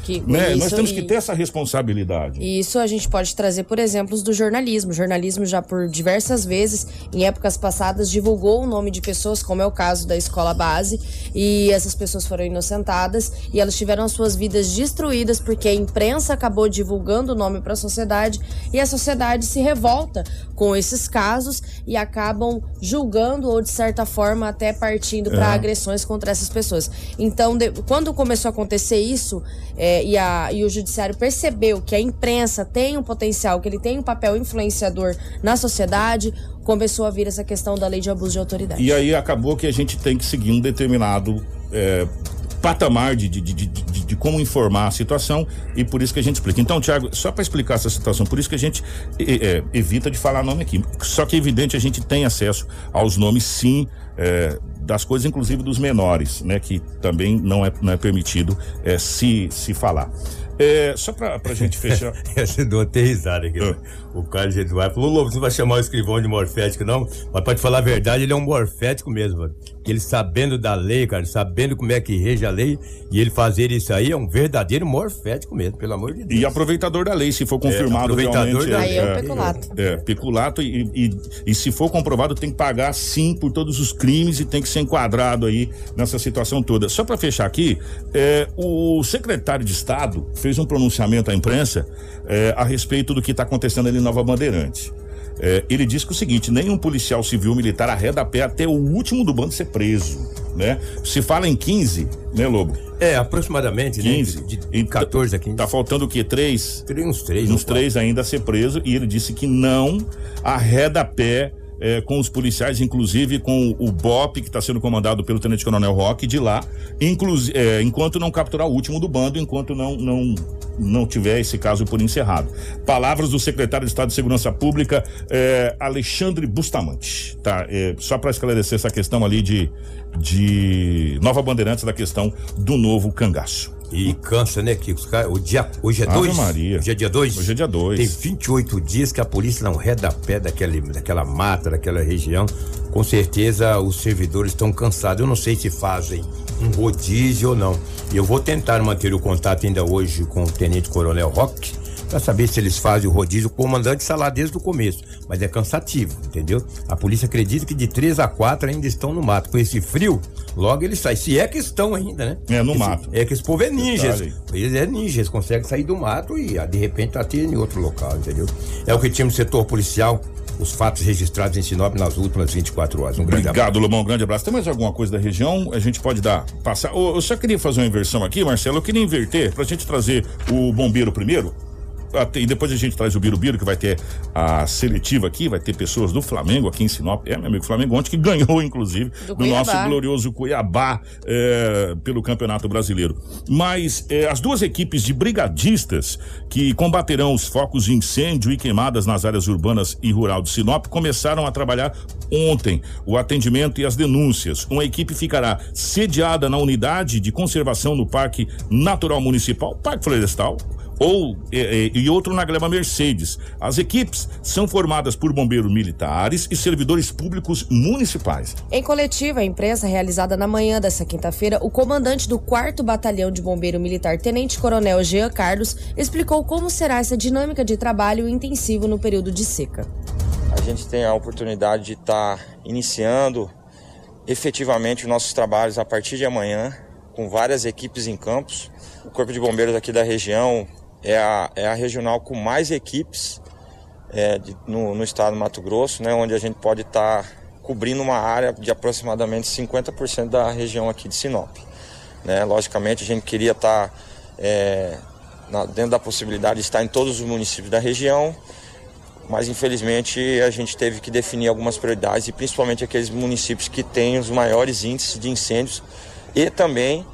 Que, né? isso, Nós temos e, que ter essa responsabilidade. E isso a gente pode trazer por exemplos do jornalismo. O jornalismo já por diversas vezes, em épocas passadas, divulgou o nome de pessoas, como é o caso da escola base, e essas pessoas foram inocentadas e elas tiveram as suas vidas destruídas porque a imprensa acabou divulgando o nome para a sociedade e a sociedade se revolta com esses casos e acabam julgando ou de certa forma até partindo para É. agressões contra essas pessoas. Então, de, quando começou a acontecer isso é, e, a, e o judiciário percebeu que a imprensa tem um potencial, que ele tem um papel influenciador na sociedade, começou a vir essa questão da lei de abuso de autoridade. E aí acabou que a gente tem que seguir um determinado é, patamar de, de, de, de, de como informar a situação, e por isso que a gente explica. Então, Thiago, só para explicar essa situação, por isso que a gente é, evita de falar nome aqui. Só que é evidente, a gente tem acesso aos nomes, sim, é, das coisas, inclusive dos menores, né, que também não é, não é permitido é, se, se falar. É, só pra, pra gente fechar. Você deu até risada aqui. Uh. O Carlos Eduardo falou: Lobo, você não vai chamar o escrivão de morfético, não? Mas pode falar a verdade, ele é um morfético mesmo, mano. Ele sabendo da lei, cara, sabendo como é que rege a lei, e ele fazer isso aí é um verdadeiro morfético mesmo, pelo amor de Deus. E aproveitador da lei, se for confirmado é, realmente. Da... Aí é, é o peculato. É, é peculato e, e, e se for comprovado tem que pagar sim por todos os crimes e tem que ser enquadrado aí nessa situação toda. Só para fechar aqui, é, o secretário de Estado fez um pronunciamento à imprensa é, a respeito do que está acontecendo ali em Nova Bandeirante. É, ele disse que o seguinte: nenhum policial civil militar arreda a pé até o último do bando ser preso, né? Se fala em quinze, né, Lobo? É, aproximadamente, quinze. Né? De, de quatorze a quinze. Tá faltando o quê? Três? Tem uns três. Uns três ainda a ser preso, e ele disse que não arreda a pé É, com os policiais, inclusive com o B O P, que está sendo comandado pelo Tenente Coronel Roque, de lá, é, enquanto não capturar o último do bando, enquanto não, não, não tiver esse caso por encerrado. Palavras do secretário de Estado de Segurança Pública, é, Alexandre Bustamante, tá? É, só para esclarecer essa questão ali de, de Nova Bandeirantes, da questão do novo cangaço. E cansa, né, Kiko? Os cara, o dia, hoje é dois? Maria. Hoje é dia dois? Hoje é dia dois. Tem vinte e oito dias que a polícia não reda a pé daquele, daquela mata, daquela região. Com certeza os servidores estão cansados. Eu não sei se fazem um rodízio ou não. E eu vou tentar manter o contato ainda hoje com o Tenente Coronel Roque, para saber se eles fazem o rodízio. O comandante está lá desde o começo, mas é cansativo, entendeu? A polícia acredita que de três a quatro ainda estão no mato. Com esse frio, logo eles saem. Se é que estão ainda, né? É, no esse, mato. É que esse povo é ninja. Detalhe. Eles é ninja, eles conseguem sair do mato e de repente tá tendo em outro local, entendeu? É o que tinha no setor policial, os fatos registrados em Sinop nas últimas vinte e quatro horas. Um grande Obrigado, Lobão, um grande abraço. Tem mais alguma coisa da região? A gente pode dar, passar. Eu só queria fazer uma inversão aqui, Marcelo. Eu queria inverter pra gente trazer o bombeiro primeiro. E depois a gente traz o Birubiru, que vai ter a seletiva aqui, vai ter pessoas do Flamengo aqui em Sinop. É, meu amigo Flamengo, ontem que ganhou, inclusive, do, do nosso glorioso Cuiabá é, pelo Campeonato Brasileiro. Mas é, as duas equipes de brigadistas que combaterão os focos de incêndio e queimadas nas áreas urbanas e rural de Sinop começaram a trabalhar ontem o atendimento e as denúncias. Uma equipe ficará sediada na unidade de conservação no Parque Natural Municipal, Parque Florestal, ou e, e outro na Gleba Mercedes. As equipes são formadas por bombeiros militares e servidores públicos municipais. Em coletiva à imprensa realizada na manhã dessa quinta-feira, o comandante do quarto Batalhão de Bombeiro Militar, Tenente Coronel Jean Carlos, explicou como será essa dinâmica de trabalho intensivo no período de seca. A gente tem a oportunidade de estar tá iniciando efetivamente os nossos trabalhos a partir de amanhã, com várias equipes em campos. O Corpo de Bombeiros aqui da região É a, é a regional com mais equipes é, de, no, no estado do Mato Grosso, né, onde a gente pode estar tá cobrindo uma área de aproximadamente cinquenta por cento da região aqui de Sinop. Né? Logicamente, a gente queria estar tá, é, na, dentro da possibilidade de estar em todos os municípios da região, mas infelizmente a gente teve que definir algumas prioridades, e principalmente aqueles municípios que têm os maiores índices de incêndios e também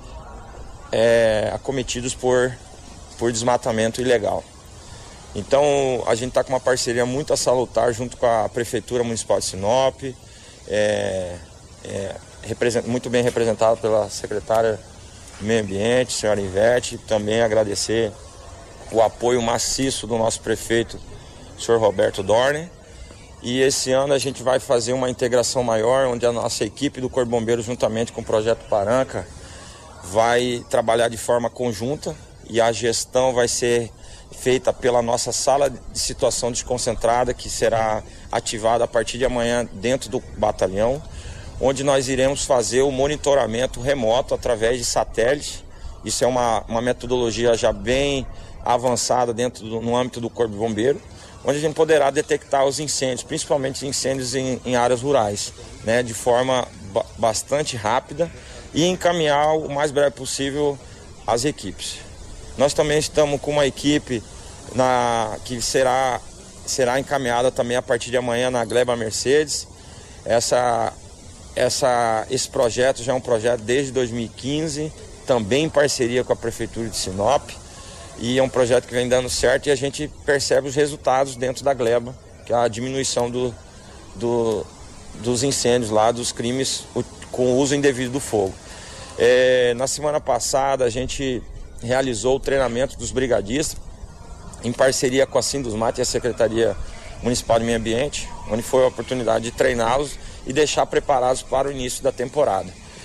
é, acometidos por por desmatamento ilegal. Então a gente está com uma parceria muito a salutar junto com a Prefeitura Municipal de Sinop, é, é, muito bem representada pela secretária do Meio Ambiente, senhora Ivete. Também agradecer o apoio maciço do nosso prefeito, senhor Roberto Dorne. E esse ano a gente vai fazer uma integração maior, onde a nossa equipe do Corpo de Bombeiros, juntamente com o Projeto Paranca, vai trabalhar de forma conjunta e a gestão vai ser feita pela nossa sala de situação desconcentrada, que será ativada a partir de amanhã dentro do batalhão, onde nós iremos fazer o monitoramento remoto através de satélite. Isso é uma, uma metodologia já bem avançada dentro do, no âmbito do Corpo de Bombeiro, onde a gente poderá detectar os incêndios, principalmente incêndios em, em áreas rurais, né, de forma ba- bastante rápida e encaminhar o mais breve possível as equipes. Nós também estamos com uma equipe na, que será, será encaminhada também a partir de amanhã na Gleba Mercedes. Essa, essa, esse projeto já é um projeto desde dois mil e quinze, também em parceria com a Prefeitura de Sinop, e é um projeto que vem dando certo e a gente percebe os resultados dentro da Gleba, que é a diminuição do, do, dos incêndios lá, dos crimes com o uso indevido do fogo. É, na semana passada a gente realizou o treinamento dos brigadistas em parceria com a Sindusmat e a Secretaria Municipal de Meio Ambiente, onde foi a oportunidade de treiná-los e deixar preparados para o início da temporada.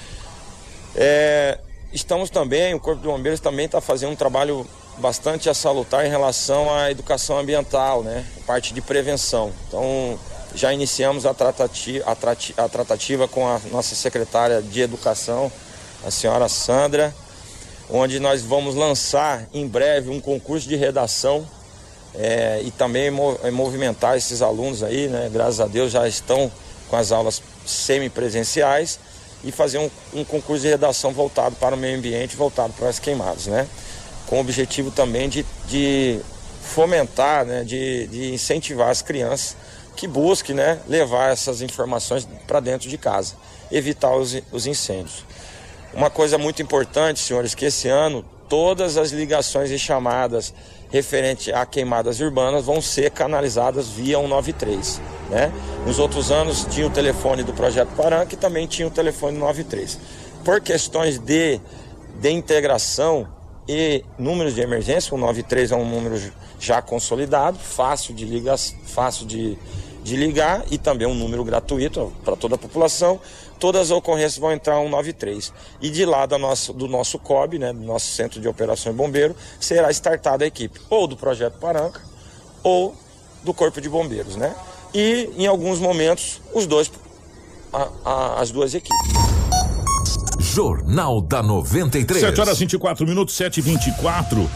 É, estamos também, o Corpo de Bombeiros também está fazendo um trabalho bastante a salutar em relação à educação ambiental, né? Parte de prevenção. Então, já iniciamos a tratativa, a, trati, a tratativa com a nossa secretária de Educação, a senhora Sandra, onde nós vamos lançar em breve um concurso de redação é, e também movimentar esses alunos aí, né? Graças a Deus já estão com as aulas semipresenciais, e fazer um, um concurso de redação voltado para o meio ambiente, voltado para as queimadas, né? Com o objetivo também de, de fomentar, né? de, de incentivar as crianças que busquem, né? Levar essas informações para dentro de casa, evitar os, os incêndios. Uma coisa muito importante, senhores, que esse ano todas as ligações e chamadas referente a queimadas urbanas vão ser canalizadas via cento e noventa e três, né? Nos outros anos tinha o telefone do Projeto Paranca e também tinha o telefone cento e noventa e três. Por questões de, de integração e números de emergência, o cento e noventa e três é um número já consolidado, fácil de ligar, fácil de, de ligar e também um número gratuito para toda a população. Todas as ocorrências vão entrar cento e noventa e três. E de lá do nosso, do nosso C O B, né, do nosso Centro de Operações Bombeiro, será startada a equipe ou do Projeto Paranca ou do Corpo de Bombeiros, né? E em alguns momentos os dois, a, a, as duas equipes. Jornal da noventa e três. sete horas e vinte e quatro minutos, sete e vinte e quatro.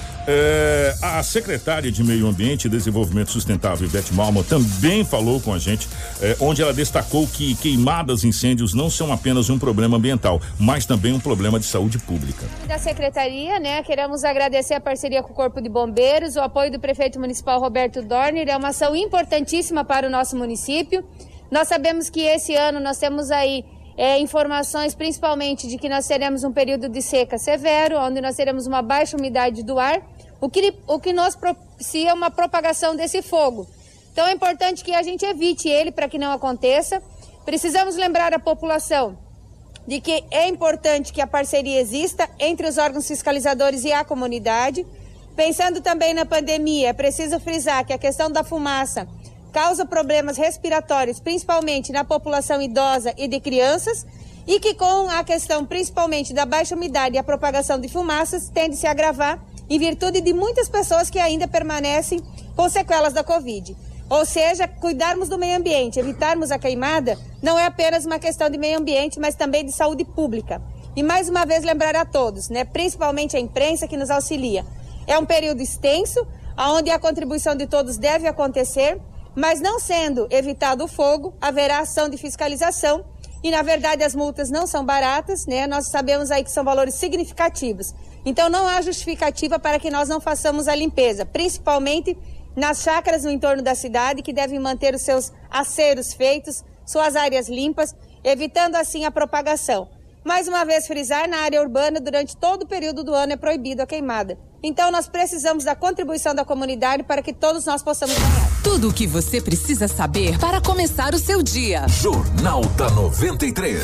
É, a secretária de Meio Ambiente e Desenvolvimento Sustentável, Beth Malma, também falou com a gente, é, onde ela destacou que queimadas e incêndios não são apenas um problema ambiental, mas também um problema de saúde pública. Da secretaria, né, queremos agradecer a parceria com o Corpo de Bombeiros, o apoio do prefeito municipal Roberto Dorner, é uma ação importantíssima para o nosso município. Nós sabemos que esse ano nós temos aí É, informações principalmente de que nós teremos um período de seca severo, onde nós teremos uma baixa umidade do ar, o que, o que nos propicia uma propagação desse fogo. Então é importante que a gente evite ele para que não aconteça. Precisamos lembrar a população de que é importante que a parceria exista entre os órgãos fiscalizadores e a comunidade. Pensando também na pandemia, é preciso frisar que a questão da fumaça causa problemas respiratórios, principalmente na população idosa e de crianças, e que com a questão principalmente da baixa umidade e a propagação de fumaças tende a se agravar em virtude de muitas pessoas que ainda permanecem com sequelas da Covid. Ou seja, cuidarmos do meio ambiente, evitarmos a queimada, não é apenas uma questão de meio ambiente, mas também de saúde pública. E mais uma vez lembrar a todos, né, principalmente a imprensa que nos auxilia. É um período extenso, onde a contribuição de todos deve acontecer, mas não sendo evitado o fogo, haverá ação de fiscalização e, na verdade, as multas não são baratas, né? Nós sabemos aí que são valores significativos. Então, não há justificativa para que nós não façamos a limpeza, principalmente nas chácaras no entorno da cidade, que devem manter os seus aceros feitos, suas áreas limpas, evitando assim a propagação. Mais uma vez frisar, na área urbana, durante todo o período do ano é proibido a queimada. Então nós precisamos da contribuição da comunidade para que todos nós possamos ganhar. Tudo o que você precisa saber para começar o seu dia. Jornal da noventa e três.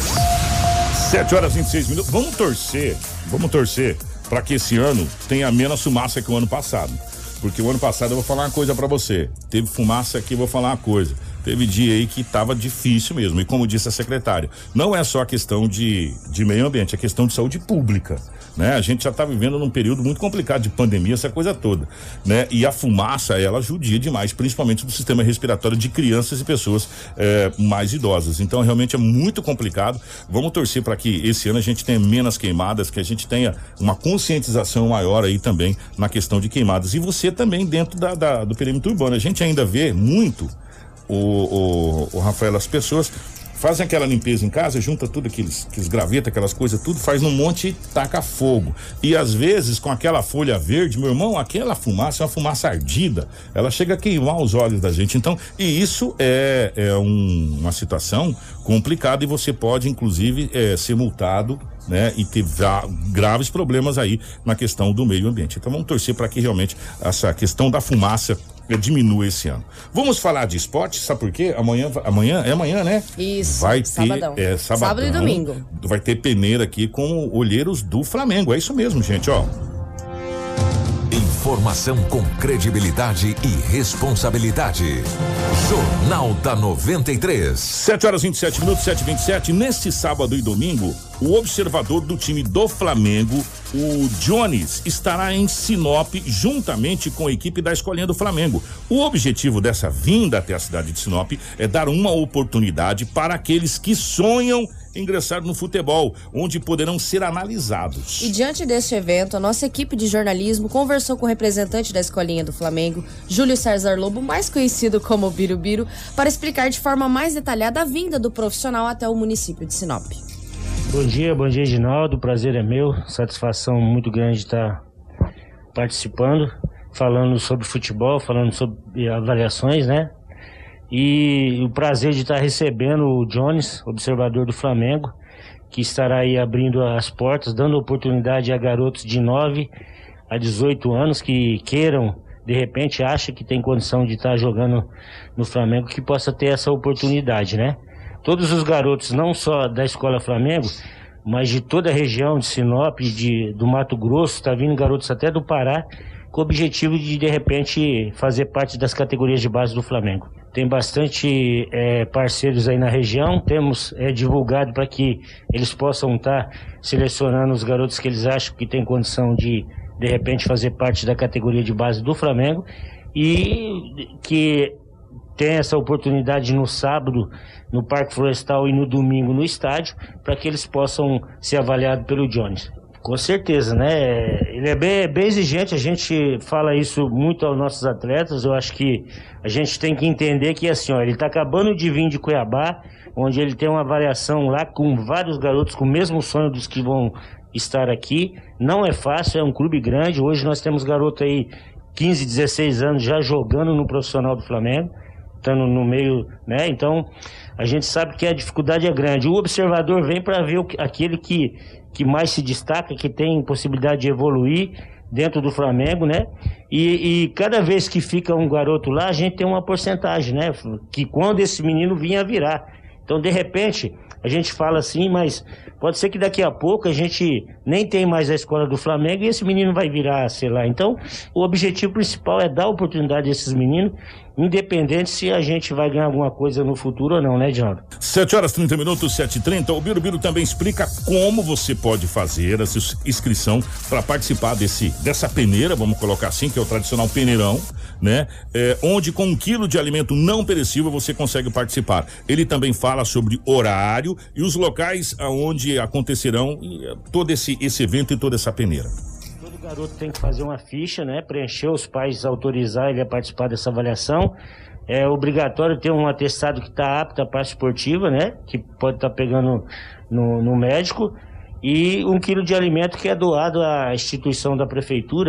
sete horas e vinte e seis minutos. Vamos torcer, vamos torcer para que esse ano tenha menos fumaça que o ano passado. Porque o ano passado eu vou falar uma coisa para você. Teve fumaça aqui, eu vou falar uma coisa. Teve dia aí que tava difícil mesmo. E como disse a secretária, não é só a questão de, de meio ambiente, é questão de saúde pública. né? A gente já está vivendo num período muito complicado de pandemia, essa coisa toda, né? E a fumaça, ela judia demais, principalmente do sistema respiratório de crianças e pessoas é, mais idosas. Então, realmente é muito complicado. Vamos torcer para que esse ano a gente tenha menos queimadas, que a gente tenha uma conscientização maior aí também na questão de queimadas. E você também dentro da, da, do perímetro urbano. A gente ainda vê muito, o, o, o Rafael, as pessoas fazem aquela limpeza em casa, junta tudo, aqueles, aqueles gravetos, aquelas coisas, tudo, faz num monte e taca fogo. E às vezes, com aquela folha verde, meu irmão, aquela fumaça é uma fumaça ardida, ela chega a queimar os olhos da gente. Então, e isso é, é um, uma situação complicada e você pode, inclusive, é, ser multado, né? E ter graves problemas aí na questão do meio ambiente. Então, vamos torcer para que realmente essa questão da fumaça diminua esse ano. Vamos falar de esporte, sabe por quê? Amanhã, amanhã é amanhã, né? Isso, vai ter, sabadão. É, sabadão. Sábado e domingo. Vai ter peneira aqui com olheiros do Flamengo. É isso mesmo, gente, ó. Informação com credibilidade e responsabilidade. Jornal da noventa e três. sete horas e vinte e sete minutos, sete e vinte e sete. Neste sábado e domingo, o observador do time do Flamengo, o Jones, estará em Sinop juntamente com a equipe da Escolinha do Flamengo. O objetivo dessa vinda até a cidade de Sinop é dar uma oportunidade para aqueles que sonham ingressar no futebol, onde poderão ser analisados. E diante deste evento, a nossa equipe de jornalismo conversou com o representante da Escolinha do Flamengo, Júlio César Lobo, mais conhecido como Birubiru, para explicar de forma mais detalhada a vinda do profissional até o município de Sinop. Bom dia, bom dia, Edinaldo, o prazer é meu, satisfação muito grande de estar participando, falando sobre futebol, falando sobre avaliações, né? E o prazer de estar recebendo o Jones, observador do Flamengo, que estará aí abrindo as portas, dando oportunidade a garotos de nove a dezoito anos que queiram, de repente, acham que tem condição de estar jogando no Flamengo, que possa ter essa oportunidade, né? Todos os garotos, não só da Escola Flamengo, mas de toda a região de Sinop, de, do Mato Grosso, está vindo garotos até do Pará, com o objetivo de, de repente, fazer parte das categorias de base do Flamengo. Tem bastante é, parceiros aí na região, temos é, divulgado para que eles possam estar selecionando os garotos que eles acham que tem condição de, de repente, fazer parte da categoria de base do Flamengo e que tem essa oportunidade no sábado no Parque Florestal e no domingo no estádio, para que eles possam ser avaliados pelo Jones. Com certeza, né? Ele é bem, bem exigente, a gente fala isso muito aos nossos atletas. Eu acho que a gente tem que entender que assim, ó, ele está acabando de vir de Cuiabá, onde ele tem uma avaliação lá com vários garotos com o mesmo sonho dos que vão estar aqui. Não é fácil, é um clube grande. Hoje nós temos garoto aí quinze, dezesseis anos já jogando no profissional do Flamengo, estando no meio, né? Então a gente sabe que a dificuldade é grande. O observador vem para ver o, aquele que que mais se destaca, que tem possibilidade de evoluir dentro do Flamengo, né? E, e cada vez que fica um garoto lá, a gente tem uma porcentagem, né? Que quando esse menino vinha virar. Então, de repente, a gente fala assim, mas pode ser que daqui a pouco a gente nem tem mais a escola do Flamengo e esse menino vai virar, sei lá. Então, o objetivo principal é dar oportunidade a esses meninos, independente se a gente vai ganhar alguma coisa no futuro ou não, né, John? sete horas e trinta minutos, sete e trinta. O Birubiru também explica como você pode fazer essa inscrição para participar desse, dessa peneira, vamos colocar assim, que é o tradicional peneirão, né? É, onde com um quilo de alimento não perecível você consegue participar. Ele também fala sobre horário e os locais aonde acontecerão todo esse, esse evento e toda essa peneira. O garoto tem que fazer uma ficha, né? Preencher, os pais autorizar ele a participar dessa avaliação. É obrigatório ter um atestado que está apto à parte esportiva, né? Que pode estar tá pegando no, no médico. E um quilo de alimento que é doado à instituição da prefeitura,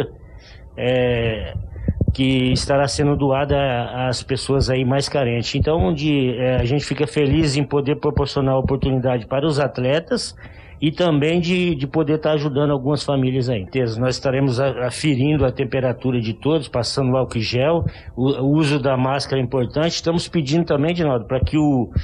é, que estará sendo doada às pessoas aí mais carentes. Então, onde é, a gente fica feliz em poder proporcionar oportunidade para os atletas e também de, de poder estar tá ajudando algumas famílias aí. Nós estaremos aferindo a temperatura de todos, passando o álcool gel, o, o uso da máscara é importante. Estamos pedindo também, Dinaldo, para que o,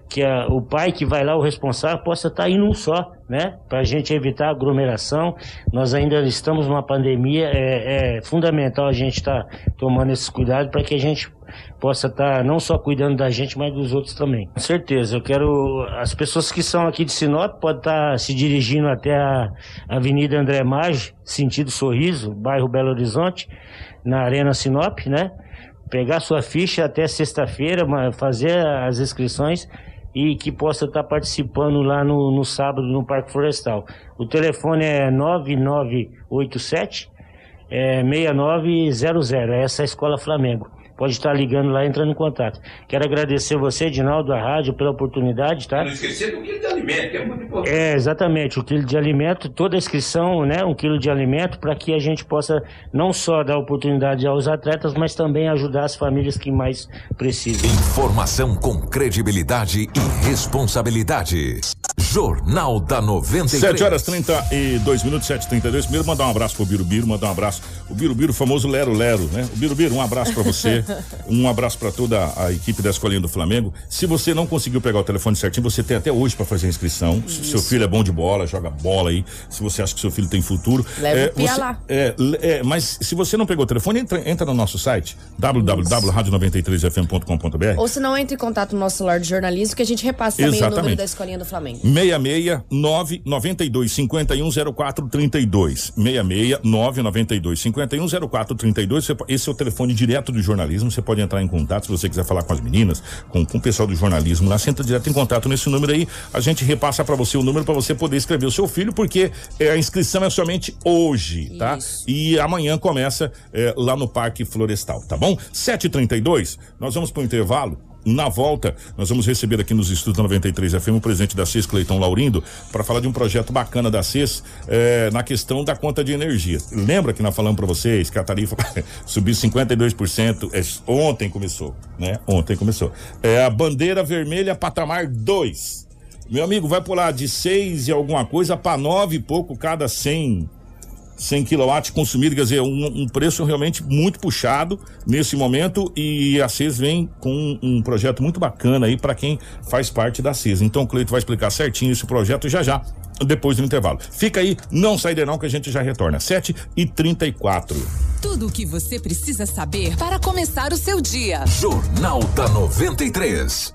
que a, o pai que vai lá, o responsável, possa estar indo um só, né? Para a gente evitar aglomeração. Nós ainda estamos numa pandemia, é, é fundamental a gente estar tá tomando esses cuidados para que a gente possa estar tá não só cuidando da gente, mas dos outros também. Com certeza, eu quero... As pessoas que são aqui de Sinop podem estar tá se dirigindo até a Avenida André Maggi, sentido Sorriso, bairro Belo Horizonte, na Arena Sinop, né? Pegar sua ficha até sexta-feira, fazer as inscrições e que possa estar participando lá no, no sábado no Parque Florestal. O telefone é nove nove oito sete, é, seis nove zero zero, é essa a Escola Flamengo. Pode estar ligando lá, entrando em contato. Quero agradecer você, Edinaldo, a rádio, pela oportunidade, tá? Não esquecer do quilo de alimento, que é muito importante. É, exatamente, o quilo de alimento, toda a inscrição, né, um quilo de alimento, para que a gente possa não só dar oportunidade aos atletas, mas também ajudar as famílias que mais precisam. Informação com credibilidade e responsabilidade. Jornal da noventa e três. sete horas trinta e dois minutos, sete e trinta e dois. Primeiro, mandar um abraço pro Birubiru, mandar um abraço. O Birubiru, o famoso Lero Lero, né? O Birubiru, um abraço pra você. Um abraço para toda a equipe da Escolinha do Flamengo. Se você não conseguiu pegar o telefone certinho, você tem até hoje para fazer a inscrição. Isso. Seu filho é bom de bola, joga bola aí. Se você acha que seu filho tem futuro, leva é, o pia você, lá. É, é, mas se você não pegou o telefone, entra, entra no nosso site w w w ponto rádio noventa e três f m ponto com ponto b r. Ou se não, entre em contato no nosso celular de jornalismo, que a gente repassa também Exatamente. o número da Escolinha do Flamengo. seis seis nove nove dois cinco um zero quatro três dois. seis seis nove nove dois cinco um zero quatro três dois. Esse é o telefone direto do jornalismo. Você pode entrar em contato se você quiser falar com as meninas, com, com o pessoal do jornalismo lá. Você entra direto em contato nesse número aí. A gente repassa para você o número para você poder escrever o seu filho, porque é, a inscrição é somente hoje, tá? Isso. E amanhã começa é, lá no Parque Florestal, tá bom? sete e trinta e dois, nós vamos pro intervalo. Na volta, nós vamos receber aqui nos estúdios da noventa e três F M o presidente da C E S, Cleiton Laurindo, para falar de um projeto bacana da C E S é, na questão da conta de energia. Lembra que nós falamos para vocês que a tarifa subiu cinquenta e dois por cento, é, ontem começou, né? Ontem começou. É a bandeira vermelha patamar dois. Meu amigo, vai pular de seis e alguma coisa para nove e pouco cada cem quilowatts consumidos, quer dizer, um, um preço realmente muito puxado nesse momento, e a C E S vem com um, um projeto muito bacana aí para quem faz parte da C E S. Então o Cleito vai explicar certinho esse projeto já já, depois do intervalo. Fica aí, não sai daí não, que a gente já retorna. sete e trinta e quatro. Tudo o que você precisa saber para começar o seu dia. Jornal da noventa e três.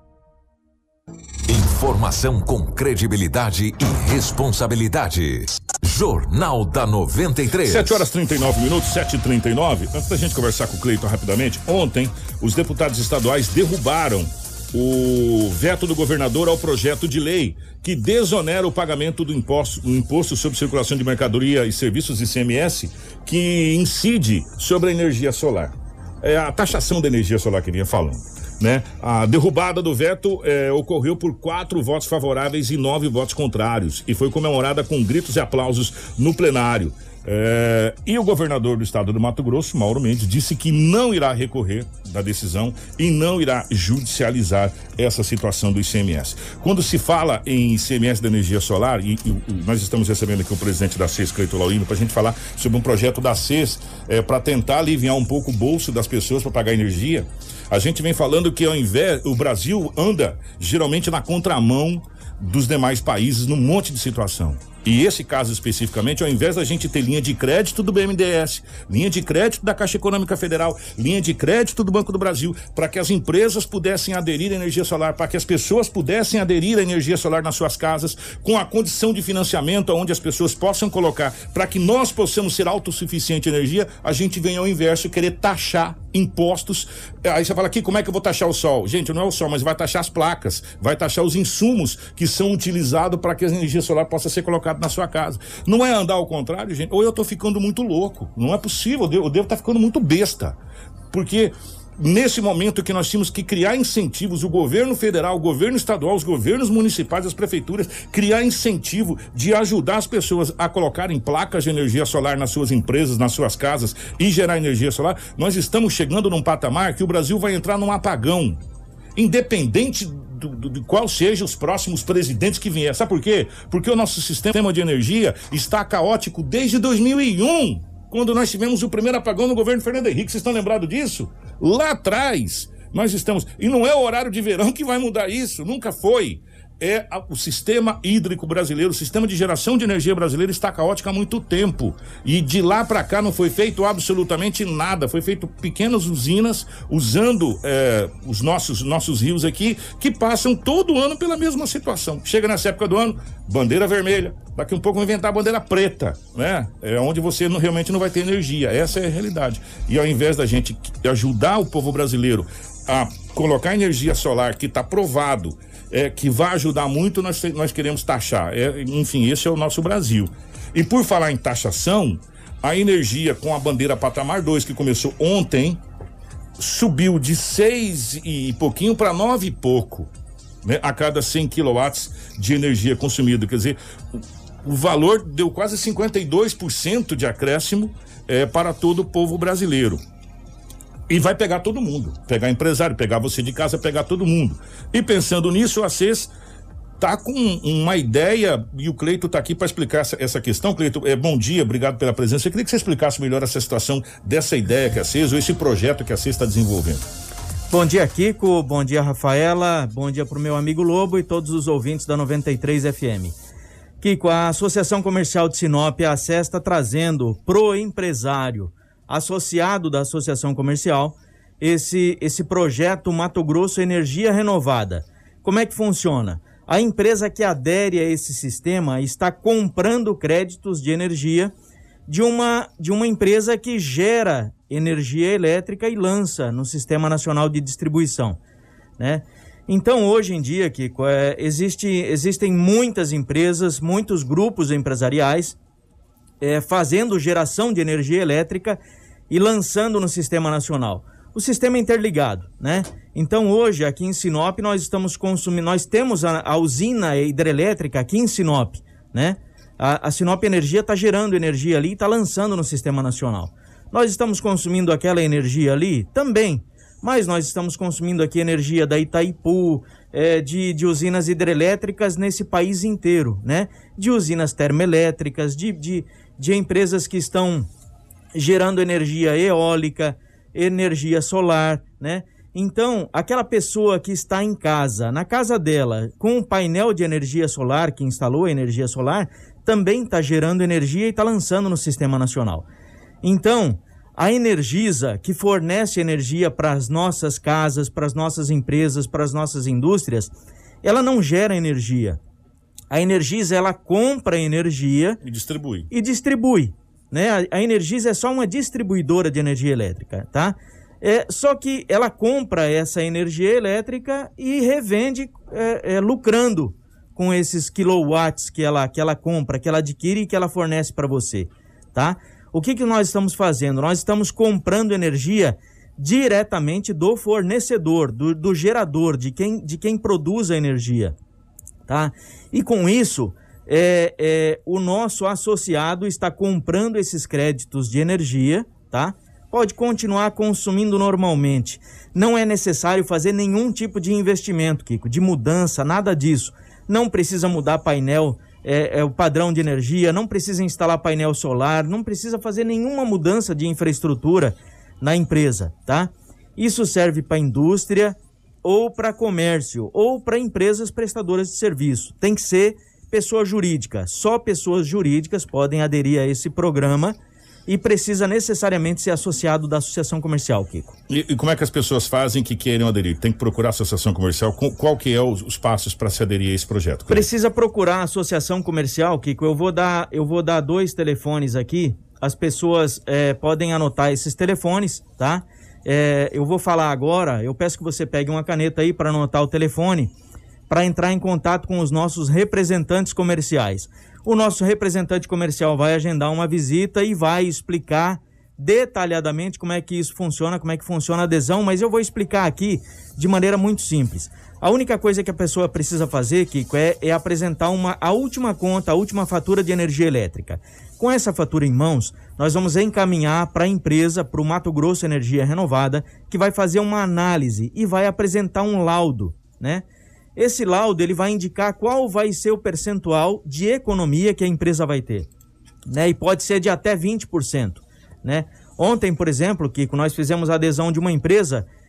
Informação com credibilidade e responsabilidade. Jornal da noventa e três. sete horas trinta e nove minutos, sete e trinta e nove. Antes da gente conversar com o Cleiton rapidamente, ontem os deputados estaduais derrubaram o veto do governador ao projeto de lei que desonera o pagamento do imposto, do imposto sobre circulação de mercadoria e serviços, I C M S, que incide sobre a energia solar. É a taxação da energia solar que vinha falando, né? A derrubada do veto eh, ocorreu por quatro votos favoráveis e nove votos contrários e foi comemorada com gritos e aplausos no plenário. É, e o governador do estado do Mato Grosso, Mauro Mendes, disse que não irá recorrer da decisão e não irá judicializar essa situação do I C M S. Quando se fala em I C M S da energia solar, e, e nós estamos recebendo aqui o presidente da C E S, Cleiton Laurindo, para a gente falar sobre um projeto da C E S é, para tentar aliviar um pouco o bolso das pessoas para pagar energia. A gente vem falando que ao invés, o Brasil anda geralmente na contramão dos demais países num monte de situação. E esse caso especificamente, ao invés da gente ter linha de crédito do B N D E S, linha de crédito da Caixa Econômica Federal, linha de crédito do Banco do Brasil, para que as empresas pudessem aderir à energia solar, para que as pessoas pudessem aderir à energia solar nas suas casas, com a condição de financiamento onde as pessoas possam colocar, para que nós possamos ser autossuficientes em energia, a gente vem ao inverso, querer taxar impostos. Aí você fala aqui, como é que eu vou taxar o sol? Gente, não é o sol, mas vai taxar as placas, vai taxar os insumos que são utilizados para que a energia solar possa ser colocada na sua casa. Não é andar ao contrário, gente, ou eu tô ficando muito louco, não é possível, eu devo estar ficando muito besta, porque nesse momento que nós tínhamos que criar incentivos, o governo federal, o governo estadual, os governos municipais, as prefeituras, criar incentivo de ajudar as pessoas a colocarem placas de energia solar nas suas empresas, nas suas casas e gerar energia solar, nós estamos chegando num patamar que o Brasil vai entrar num apagão, independente Do, do, de qual sejam os próximos presidentes que vierem. Sabe por quê? Porque o nosso sistema de energia está caótico desde dois mil e um, quando nós tivemos o primeiro apagão no governo Fernando Henrique. Vocês estão lembrados disso? Lá atrás, Nós estamos... E não é o horário de verão que vai mudar isso, nunca foi. É a, o sistema hídrico brasileiro, o sistema de geração de energia brasileiro está caótico há muito tempo. E de lá para cá não foi feito absolutamente nada. Foi feito pequenas usinas usando é, os nossos, nossos rios aqui, que passam todo ano pela mesma situação. Chega nessa época do ano, bandeira vermelha. Daqui um pouco vão inventar a bandeira preta, né? É onde você não, realmente não vai ter energia. Essa é a realidade. E ao invés da gente ajudar o povo brasileiro a colocar energia solar, que está provado, é, que vai ajudar muito, nós, nós queremos taxar. É, enfim, esse é o nosso Brasil. E por falar em taxação, a energia com a bandeira patamar dois, que começou ontem, subiu de seis e pouquinho para nove e pouco, né, a cada cem quilowatts de energia consumida. Quer dizer, o, o valor deu quase cinquenta e dois por cento de acréscimo é, para todo o povo brasileiro. E vai pegar todo mundo, pegar empresário, pegar você de casa, pegar todo mundo. E pensando nisso, o ACES tá com uma ideia, e o Cleito tá aqui para explicar essa, essa questão. Cleito, é, bom dia, obrigado pela presença. Eu queria que você explicasse melhor essa situação dessa ideia que a ACES, ou esse projeto que a ACES está desenvolvendo. Bom dia, Kiko, bom dia, Rafaela, bom dia pro meu amigo Lobo e todos os ouvintes da noventa e três F M. Kiko, a Associação Comercial de Sinop, a ACES, está trazendo pro empresário associado da Associação Comercial, esse, esse projeto Mato Grosso Energia Renovada. Como é que funciona? A empresa que adere a esse sistema está comprando créditos de energia de uma, de uma empresa que gera energia elétrica e lança no Sistema Nacional de Distribuição, né? Então, hoje em dia, Kiko, é, existe, existem muitas empresas, muitos grupos empresariais É, fazendo geração de energia elétrica e lançando no Sistema Nacional. O sistema é interligado, né? Então hoje aqui em Sinop nós estamos consumindo, nós temos a, a usina hidrelétrica aqui em Sinop, né? A, a Sinop Energia está gerando energia ali e está lançando no Sistema Nacional. Nós estamos consumindo aquela energia ali também, mas nós estamos consumindo aqui energia da Itaipu, é, de, de usinas hidrelétricas nesse país inteiro, né? De usinas termoelétricas, de, de, de empresas que estão gerando energia eólica, energia solar, né? Então, aquela pessoa que está em casa, na casa dela, com um painel de energia solar, que instalou a energia solar, também está gerando energia e está lançando no Sistema Nacional. Então, a Energisa, que fornece energia para as nossas casas, para as nossas empresas, para as nossas indústrias, ela não gera energia. A Energisa, ela compra energia e distribui. E distribui, né? A, a Energisa é só uma distribuidora de energia elétrica, tá? É, só que ela compra essa energia elétrica e revende é, é, lucrando com esses quilowatts que ela, que ela compra, que ela adquire e que ela fornece para você, tá? O que que nós estamos fazendo? Nós estamos comprando energia diretamente do fornecedor, do, do gerador, de quem, de quem produz a energia, tá? E com isso, é, é, o nosso associado está comprando esses créditos de energia, tá? Pode continuar consumindo normalmente. Não é necessário fazer nenhum tipo de investimento, Kiko, de mudança, nada disso. Não precisa mudar painel, é, é, o padrão de energia, não precisa instalar painel solar, não precisa fazer nenhuma mudança de infraestrutura na empresa, tá? Isso serve para indústria ou para comércio ou para empresas prestadoras de serviço. Tem que ser pessoa jurídica. Só pessoas jurídicas podem aderir a esse programa e precisa necessariamente ser associado da associação comercial, Kiko. E, e como é que as pessoas fazem que queiram aderir? Tem que procurar a associação comercial? Qual que é os, os passos para se aderir a esse projeto? Precisa procurar a associação comercial, Kiko. Eu vou dar, eu vou dar dois telefones aqui. As pessoas é, podem anotar esses telefones, tá? É, eu vou falar agora. Eu peço que você pegue uma caneta aí para anotar o telefone, para entrar em contato com os nossos representantes comerciais. O nosso representante comercial vai agendar uma visita e vai explicar detalhadamente como é que isso funciona, como é que funciona a adesão, mas eu vou explicar aqui de maneira muito simples. A única coisa que a pessoa precisa fazer, Kiko, é, é apresentar uma, a última conta, a última fatura de energia elétrica. Com essa fatura em mãos, nós vamos encaminhar para a empresa, para o Mato Grosso Energia Renovada, que vai fazer uma análise e vai apresentar um laudo, né? Esse laudo ele vai indicar qual vai ser o percentual de economia que a empresa vai ter, né? E pode ser de até vinte por cento, né? Ontem, por exemplo, Kiko, nós fizemos a adesão de uma empresa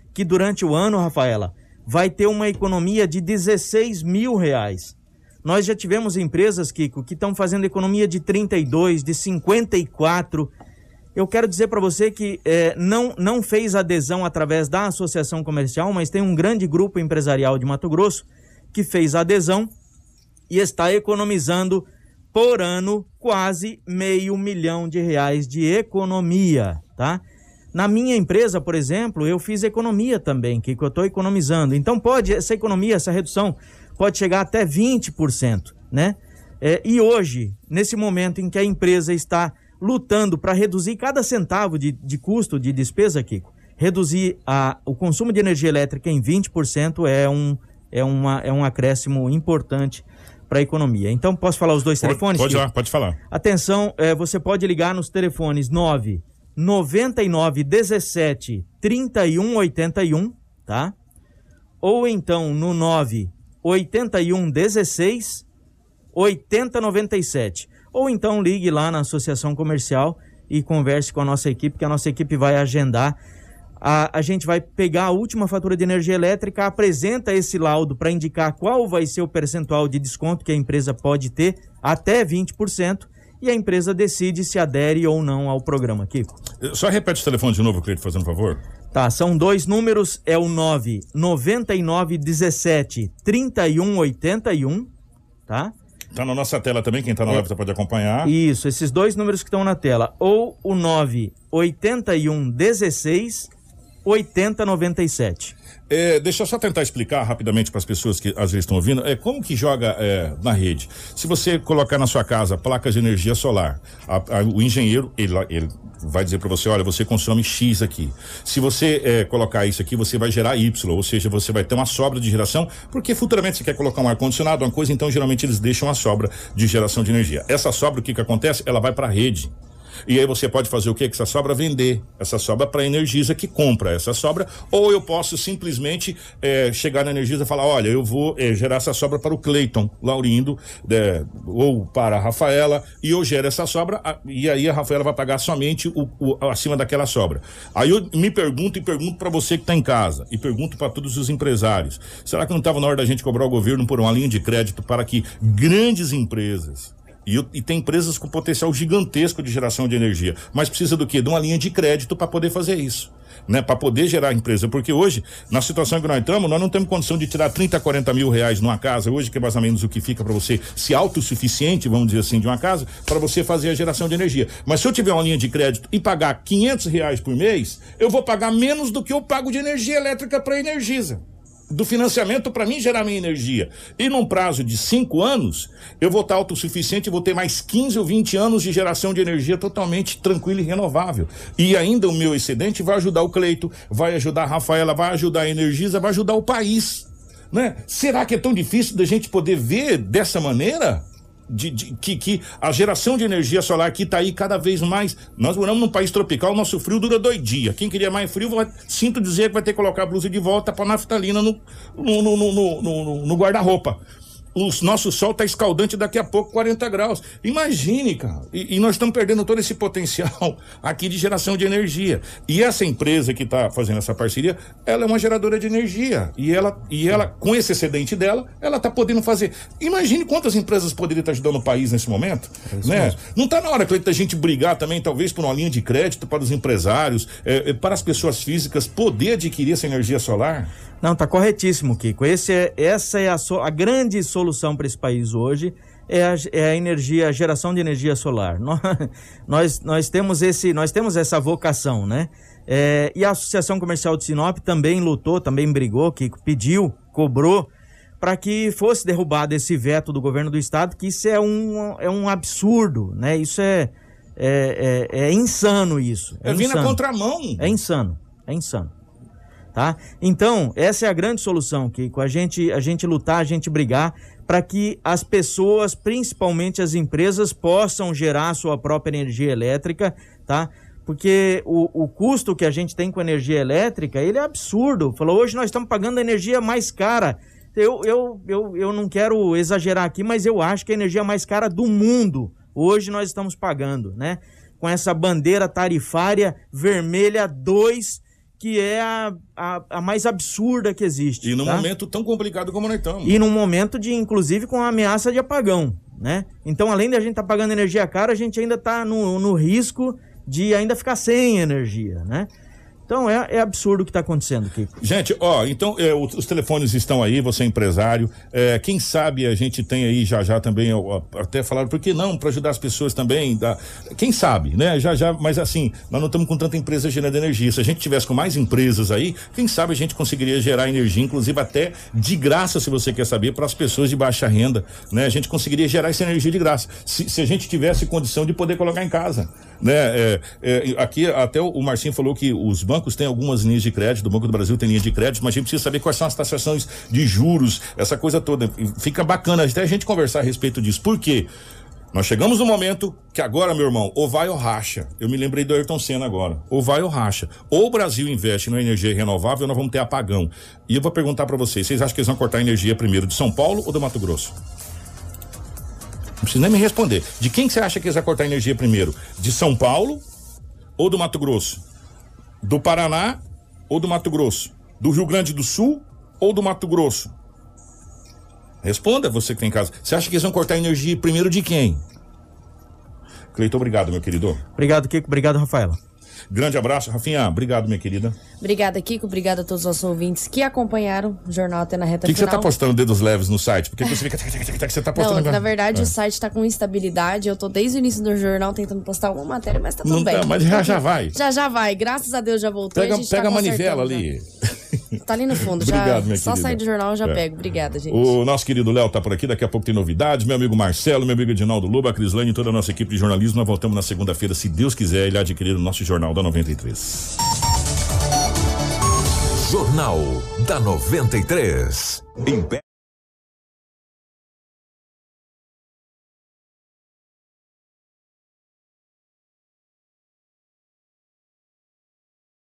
que durante o ano, Rafaela, vai ter uma economia de dezesseis mil reais. Nós já tivemos empresas, Kiko, que estão fazendo economia de trinta e dois, de cinquenta e quatro. Eu quero dizer para você que é, não, não fez adesão através da associação comercial, mas tem um grande grupo empresarial de Mato Grosso que fez adesão e está economizando por ano quase meio milhão de reais de economia, tá? Na minha empresa, por exemplo, eu fiz economia também, que eu estou economizando. Então pode, essa economia, essa redução pode chegar até vinte por cento, né? É, e hoje, nesse momento em que a empresa está lutando para reduzir cada centavo de, de custo de despesa, Kiko, reduzir a, o consumo de energia elétrica em vinte por cento é um, é uma, é um acréscimo importante para a economia. Então, posso falar os dois pode, telefones? Pode lá, pode falar. Atenção, é, você pode ligar nos telefones nove noventa e nove dezessete trinta e um oitenta e um, tá? Ou então no nove oitenta e um dezesseis oitenta noventa e sete. Ou então ligue lá na associação comercial e converse com a nossa equipe, que a nossa equipe vai agendar. A, a gente vai pegar a última fatura de energia elétrica, apresenta esse laudo para indicar qual vai ser o percentual de desconto que a empresa pode ter, até vinte por cento, e a empresa decide se adere ou não ao programa, Kiko. Só repete o telefone de novo, Cleito, fazendo um favor. Tá, são dois números, é o nove noventa e nove dezessete trinta e um oitenta e um, tá? Tá na nossa tela também, quem tá na é, live pode acompanhar. Isso, esses dois números que estão na tela, ou o nove oitenta e um dezesseis oitenta noventa e sete. É, deixa eu só tentar explicar rapidamente para as pessoas que às vezes estão ouvindo, é, como que joga é, na rede. Se você colocar na sua casa placas de energia solar, a, a, o engenheiro, ele, ele vai dizer para você, olha, você consome X aqui. Se você é, colocar isso aqui, você vai gerar Y, ou seja, você vai ter uma sobra de geração, porque futuramente você quer colocar um ar-condicionado, uma coisa, então geralmente eles deixam a sobra de geração de energia. Essa sobra, o que que acontece? Ela vai para a rede. E aí você pode fazer o quê? Que essa sobra vender. Essa sobra para a Energisa que compra essa sobra. Ou eu posso simplesmente é, chegar na Energisa e falar, olha, eu vou é, gerar essa sobra para o Cleiton Laurindo, é, ou para a Rafaela, e eu gero essa sobra, a, e aí a Rafaela vai pagar somente o, o, acima daquela sobra. Aí eu me pergunto e pergunto para você que está em casa, e pergunto para todos os empresários, será que não estava na hora da gente cobrar o governo por uma linha de crédito para que grandes empresas, E, e tem empresas com potencial gigantesco de geração de energia, mas precisa do quê? De uma linha de crédito para poder fazer isso, né? Para poder gerar empresa, porque hoje, na situação que nós estamos, nós não temos condição de tirar trinta, quarenta mil reais numa casa, hoje que é mais ou menos o que fica para você ser autossuficiente, vamos dizer assim, de uma casa, para você fazer a geração de energia. Mas se eu tiver uma linha de crédito e pagar quinhentos reais por mês, eu vou pagar menos do que eu pago de energia elétrica para a Energisa. Do financiamento para mim gerar minha energia. E num prazo de cinco anos, eu vou estar autossuficiente e vou ter mais quinze ou vinte anos de geração de energia totalmente tranquila e renovável. E ainda o meu excedente vai ajudar o Cleito, vai ajudar a Rafaela, vai ajudar a Energisa, vai ajudar o país, né? Será que é tão difícil da gente poder ver dessa maneira? De, de, que, que a geração de energia solar aqui está aí cada vez mais. Nós moramos num país tropical, nosso frio dura dois dias. Quem queria mais frio, vai, sinto dizer que vai ter que colocar a blusa de volta para naftalina no, no, no, no, no, no, no guarda-roupa. O nosso sol está escaldante daqui a pouco, quarenta graus. Imagine, cara. E, e nós estamos perdendo todo esse potencial aqui de geração de energia. E essa empresa que está fazendo essa parceria, ela é uma geradora de energia. E ela, e ela com esse excedente dela, ela está podendo fazer. Imagine quantas empresas poderiam estar ajudando o país nesse momento. É né? Não está na hora, Cleiton, da gente brigar também, talvez, por uma linha de crédito para os empresários, é, é, para as pessoas físicas poder adquirir essa energia solar? Não, tá corretíssimo, Kiko. Esse é, essa é a, so, a grande solução para esse país hoje, é a, é a energia, a geração de energia solar. Nós, nós, nós, temos, esse, nós temos essa vocação, né? É, e a Associação Comercial de Sinop também lutou, também brigou, Kiko, pediu, cobrou, para que fosse derrubado esse veto do governo do estado, que isso é um, é um absurdo, né? Isso é, é, é, é insano isso. É, é vir na contramão. É insano, é insano. Tá? Então, essa é a grande solução, Kiko, a gente, a gente lutar, a gente brigar para que as pessoas, principalmente as empresas, possam gerar sua própria energia elétrica, tá? Porque o, o custo que a gente tem com energia elétrica, ele é absurdo. Falou, hoje nós estamos pagando a energia mais cara. Eu, eu, eu, eu não quero exagerar aqui, mas eu acho que a energia mais cara do mundo, hoje nós estamos pagando, né? Com essa bandeira tarifária vermelha dois, que é a, a, a mais absurda que existe. E num tá? momento tão complicado como nós estamos. E num momento de, inclusive, com a ameaça de apagão, né? Então, além de a gente estar tá pagando energia cara, a gente ainda está no, no risco de ainda ficar sem energia, né? Então é, é absurdo o que está acontecendo, Kiko. Gente, ó, então é, os, os telefones estão aí, você é empresário, é, quem sabe a gente tem aí já já também, ó, até falaram, por que não, para ajudar as pessoas também, dá, quem sabe, né, já já, mas assim, nós não estamos com tanta empresa gerando energia, se a gente tivesse com mais empresas aí, quem sabe a gente conseguiria gerar energia, inclusive até de graça, se você quer saber, para as pessoas de baixa renda, né, a gente conseguiria gerar essa energia de graça, se, se a gente tivesse condição de poder colocar em casa, né, é, é, aqui até o, o Marcinho falou que os bancos bancos têm algumas linhas de crédito, o Banco do Brasil tem linha de crédito, mas a gente precisa saber quais são as taxações de juros, essa coisa toda. Fica bacana até a gente conversar a respeito disso. Por quê? Nós chegamos no momento que agora, meu irmão, ou vai ou racha. Eu me lembrei do Ayrton Senna agora. Ou vai ou racha. Ou o Brasil investe na energia renovável ou nós vamos ter apagão. E eu vou perguntar para vocês, vocês acham que eles vão cortar a energia primeiro de São Paulo ou do Mato Grosso? Não precisa nem me responder. De quem que você acha que eles vão cortar a energia primeiro? De São Paulo ou do Mato Grosso? Do Paraná ou do Mato Grosso? Do Rio Grande do Sul ou do Mato Grosso? Responda, você que tem em casa. Você acha que eles vão cortar a energia primeiro de quem? Cleiton, obrigado, meu querido. Obrigado, Kiko. Obrigado, Rafaela. Grande abraço, Rafinha. Obrigado, minha querida. Obrigada, Kiko. Obrigada a todos os nossos ouvintes que acompanharam o jornal até na reta que que final. O que você tá postando dedos leves no site? Por que você fica... que você tá postando... Não, na verdade é. o site tá com instabilidade. Eu tô desde o início do jornal tentando postar alguma matéria, mas tá tudo Não bem. Tá, mas já já vai. Já já vai. Graças a Deus já voltou. Pega, a, gente pega tá a manivela ali. Tá ali no fundo. Obrigado, já, minha só querida. sair do jornal eu já É. pego. Obrigada, gente. O nosso querido Léo tá por aqui, daqui a pouco tem novidades. Meu amigo Marcelo, meu amigo Edinaldo Lobo, a Crislane e toda a nossa equipe de jornalismo. Nós voltamos na segunda-feira, se Deus quiser, ele adquirir o nosso Jornal da noventa e três. Jornal da noventa e três. Em pé.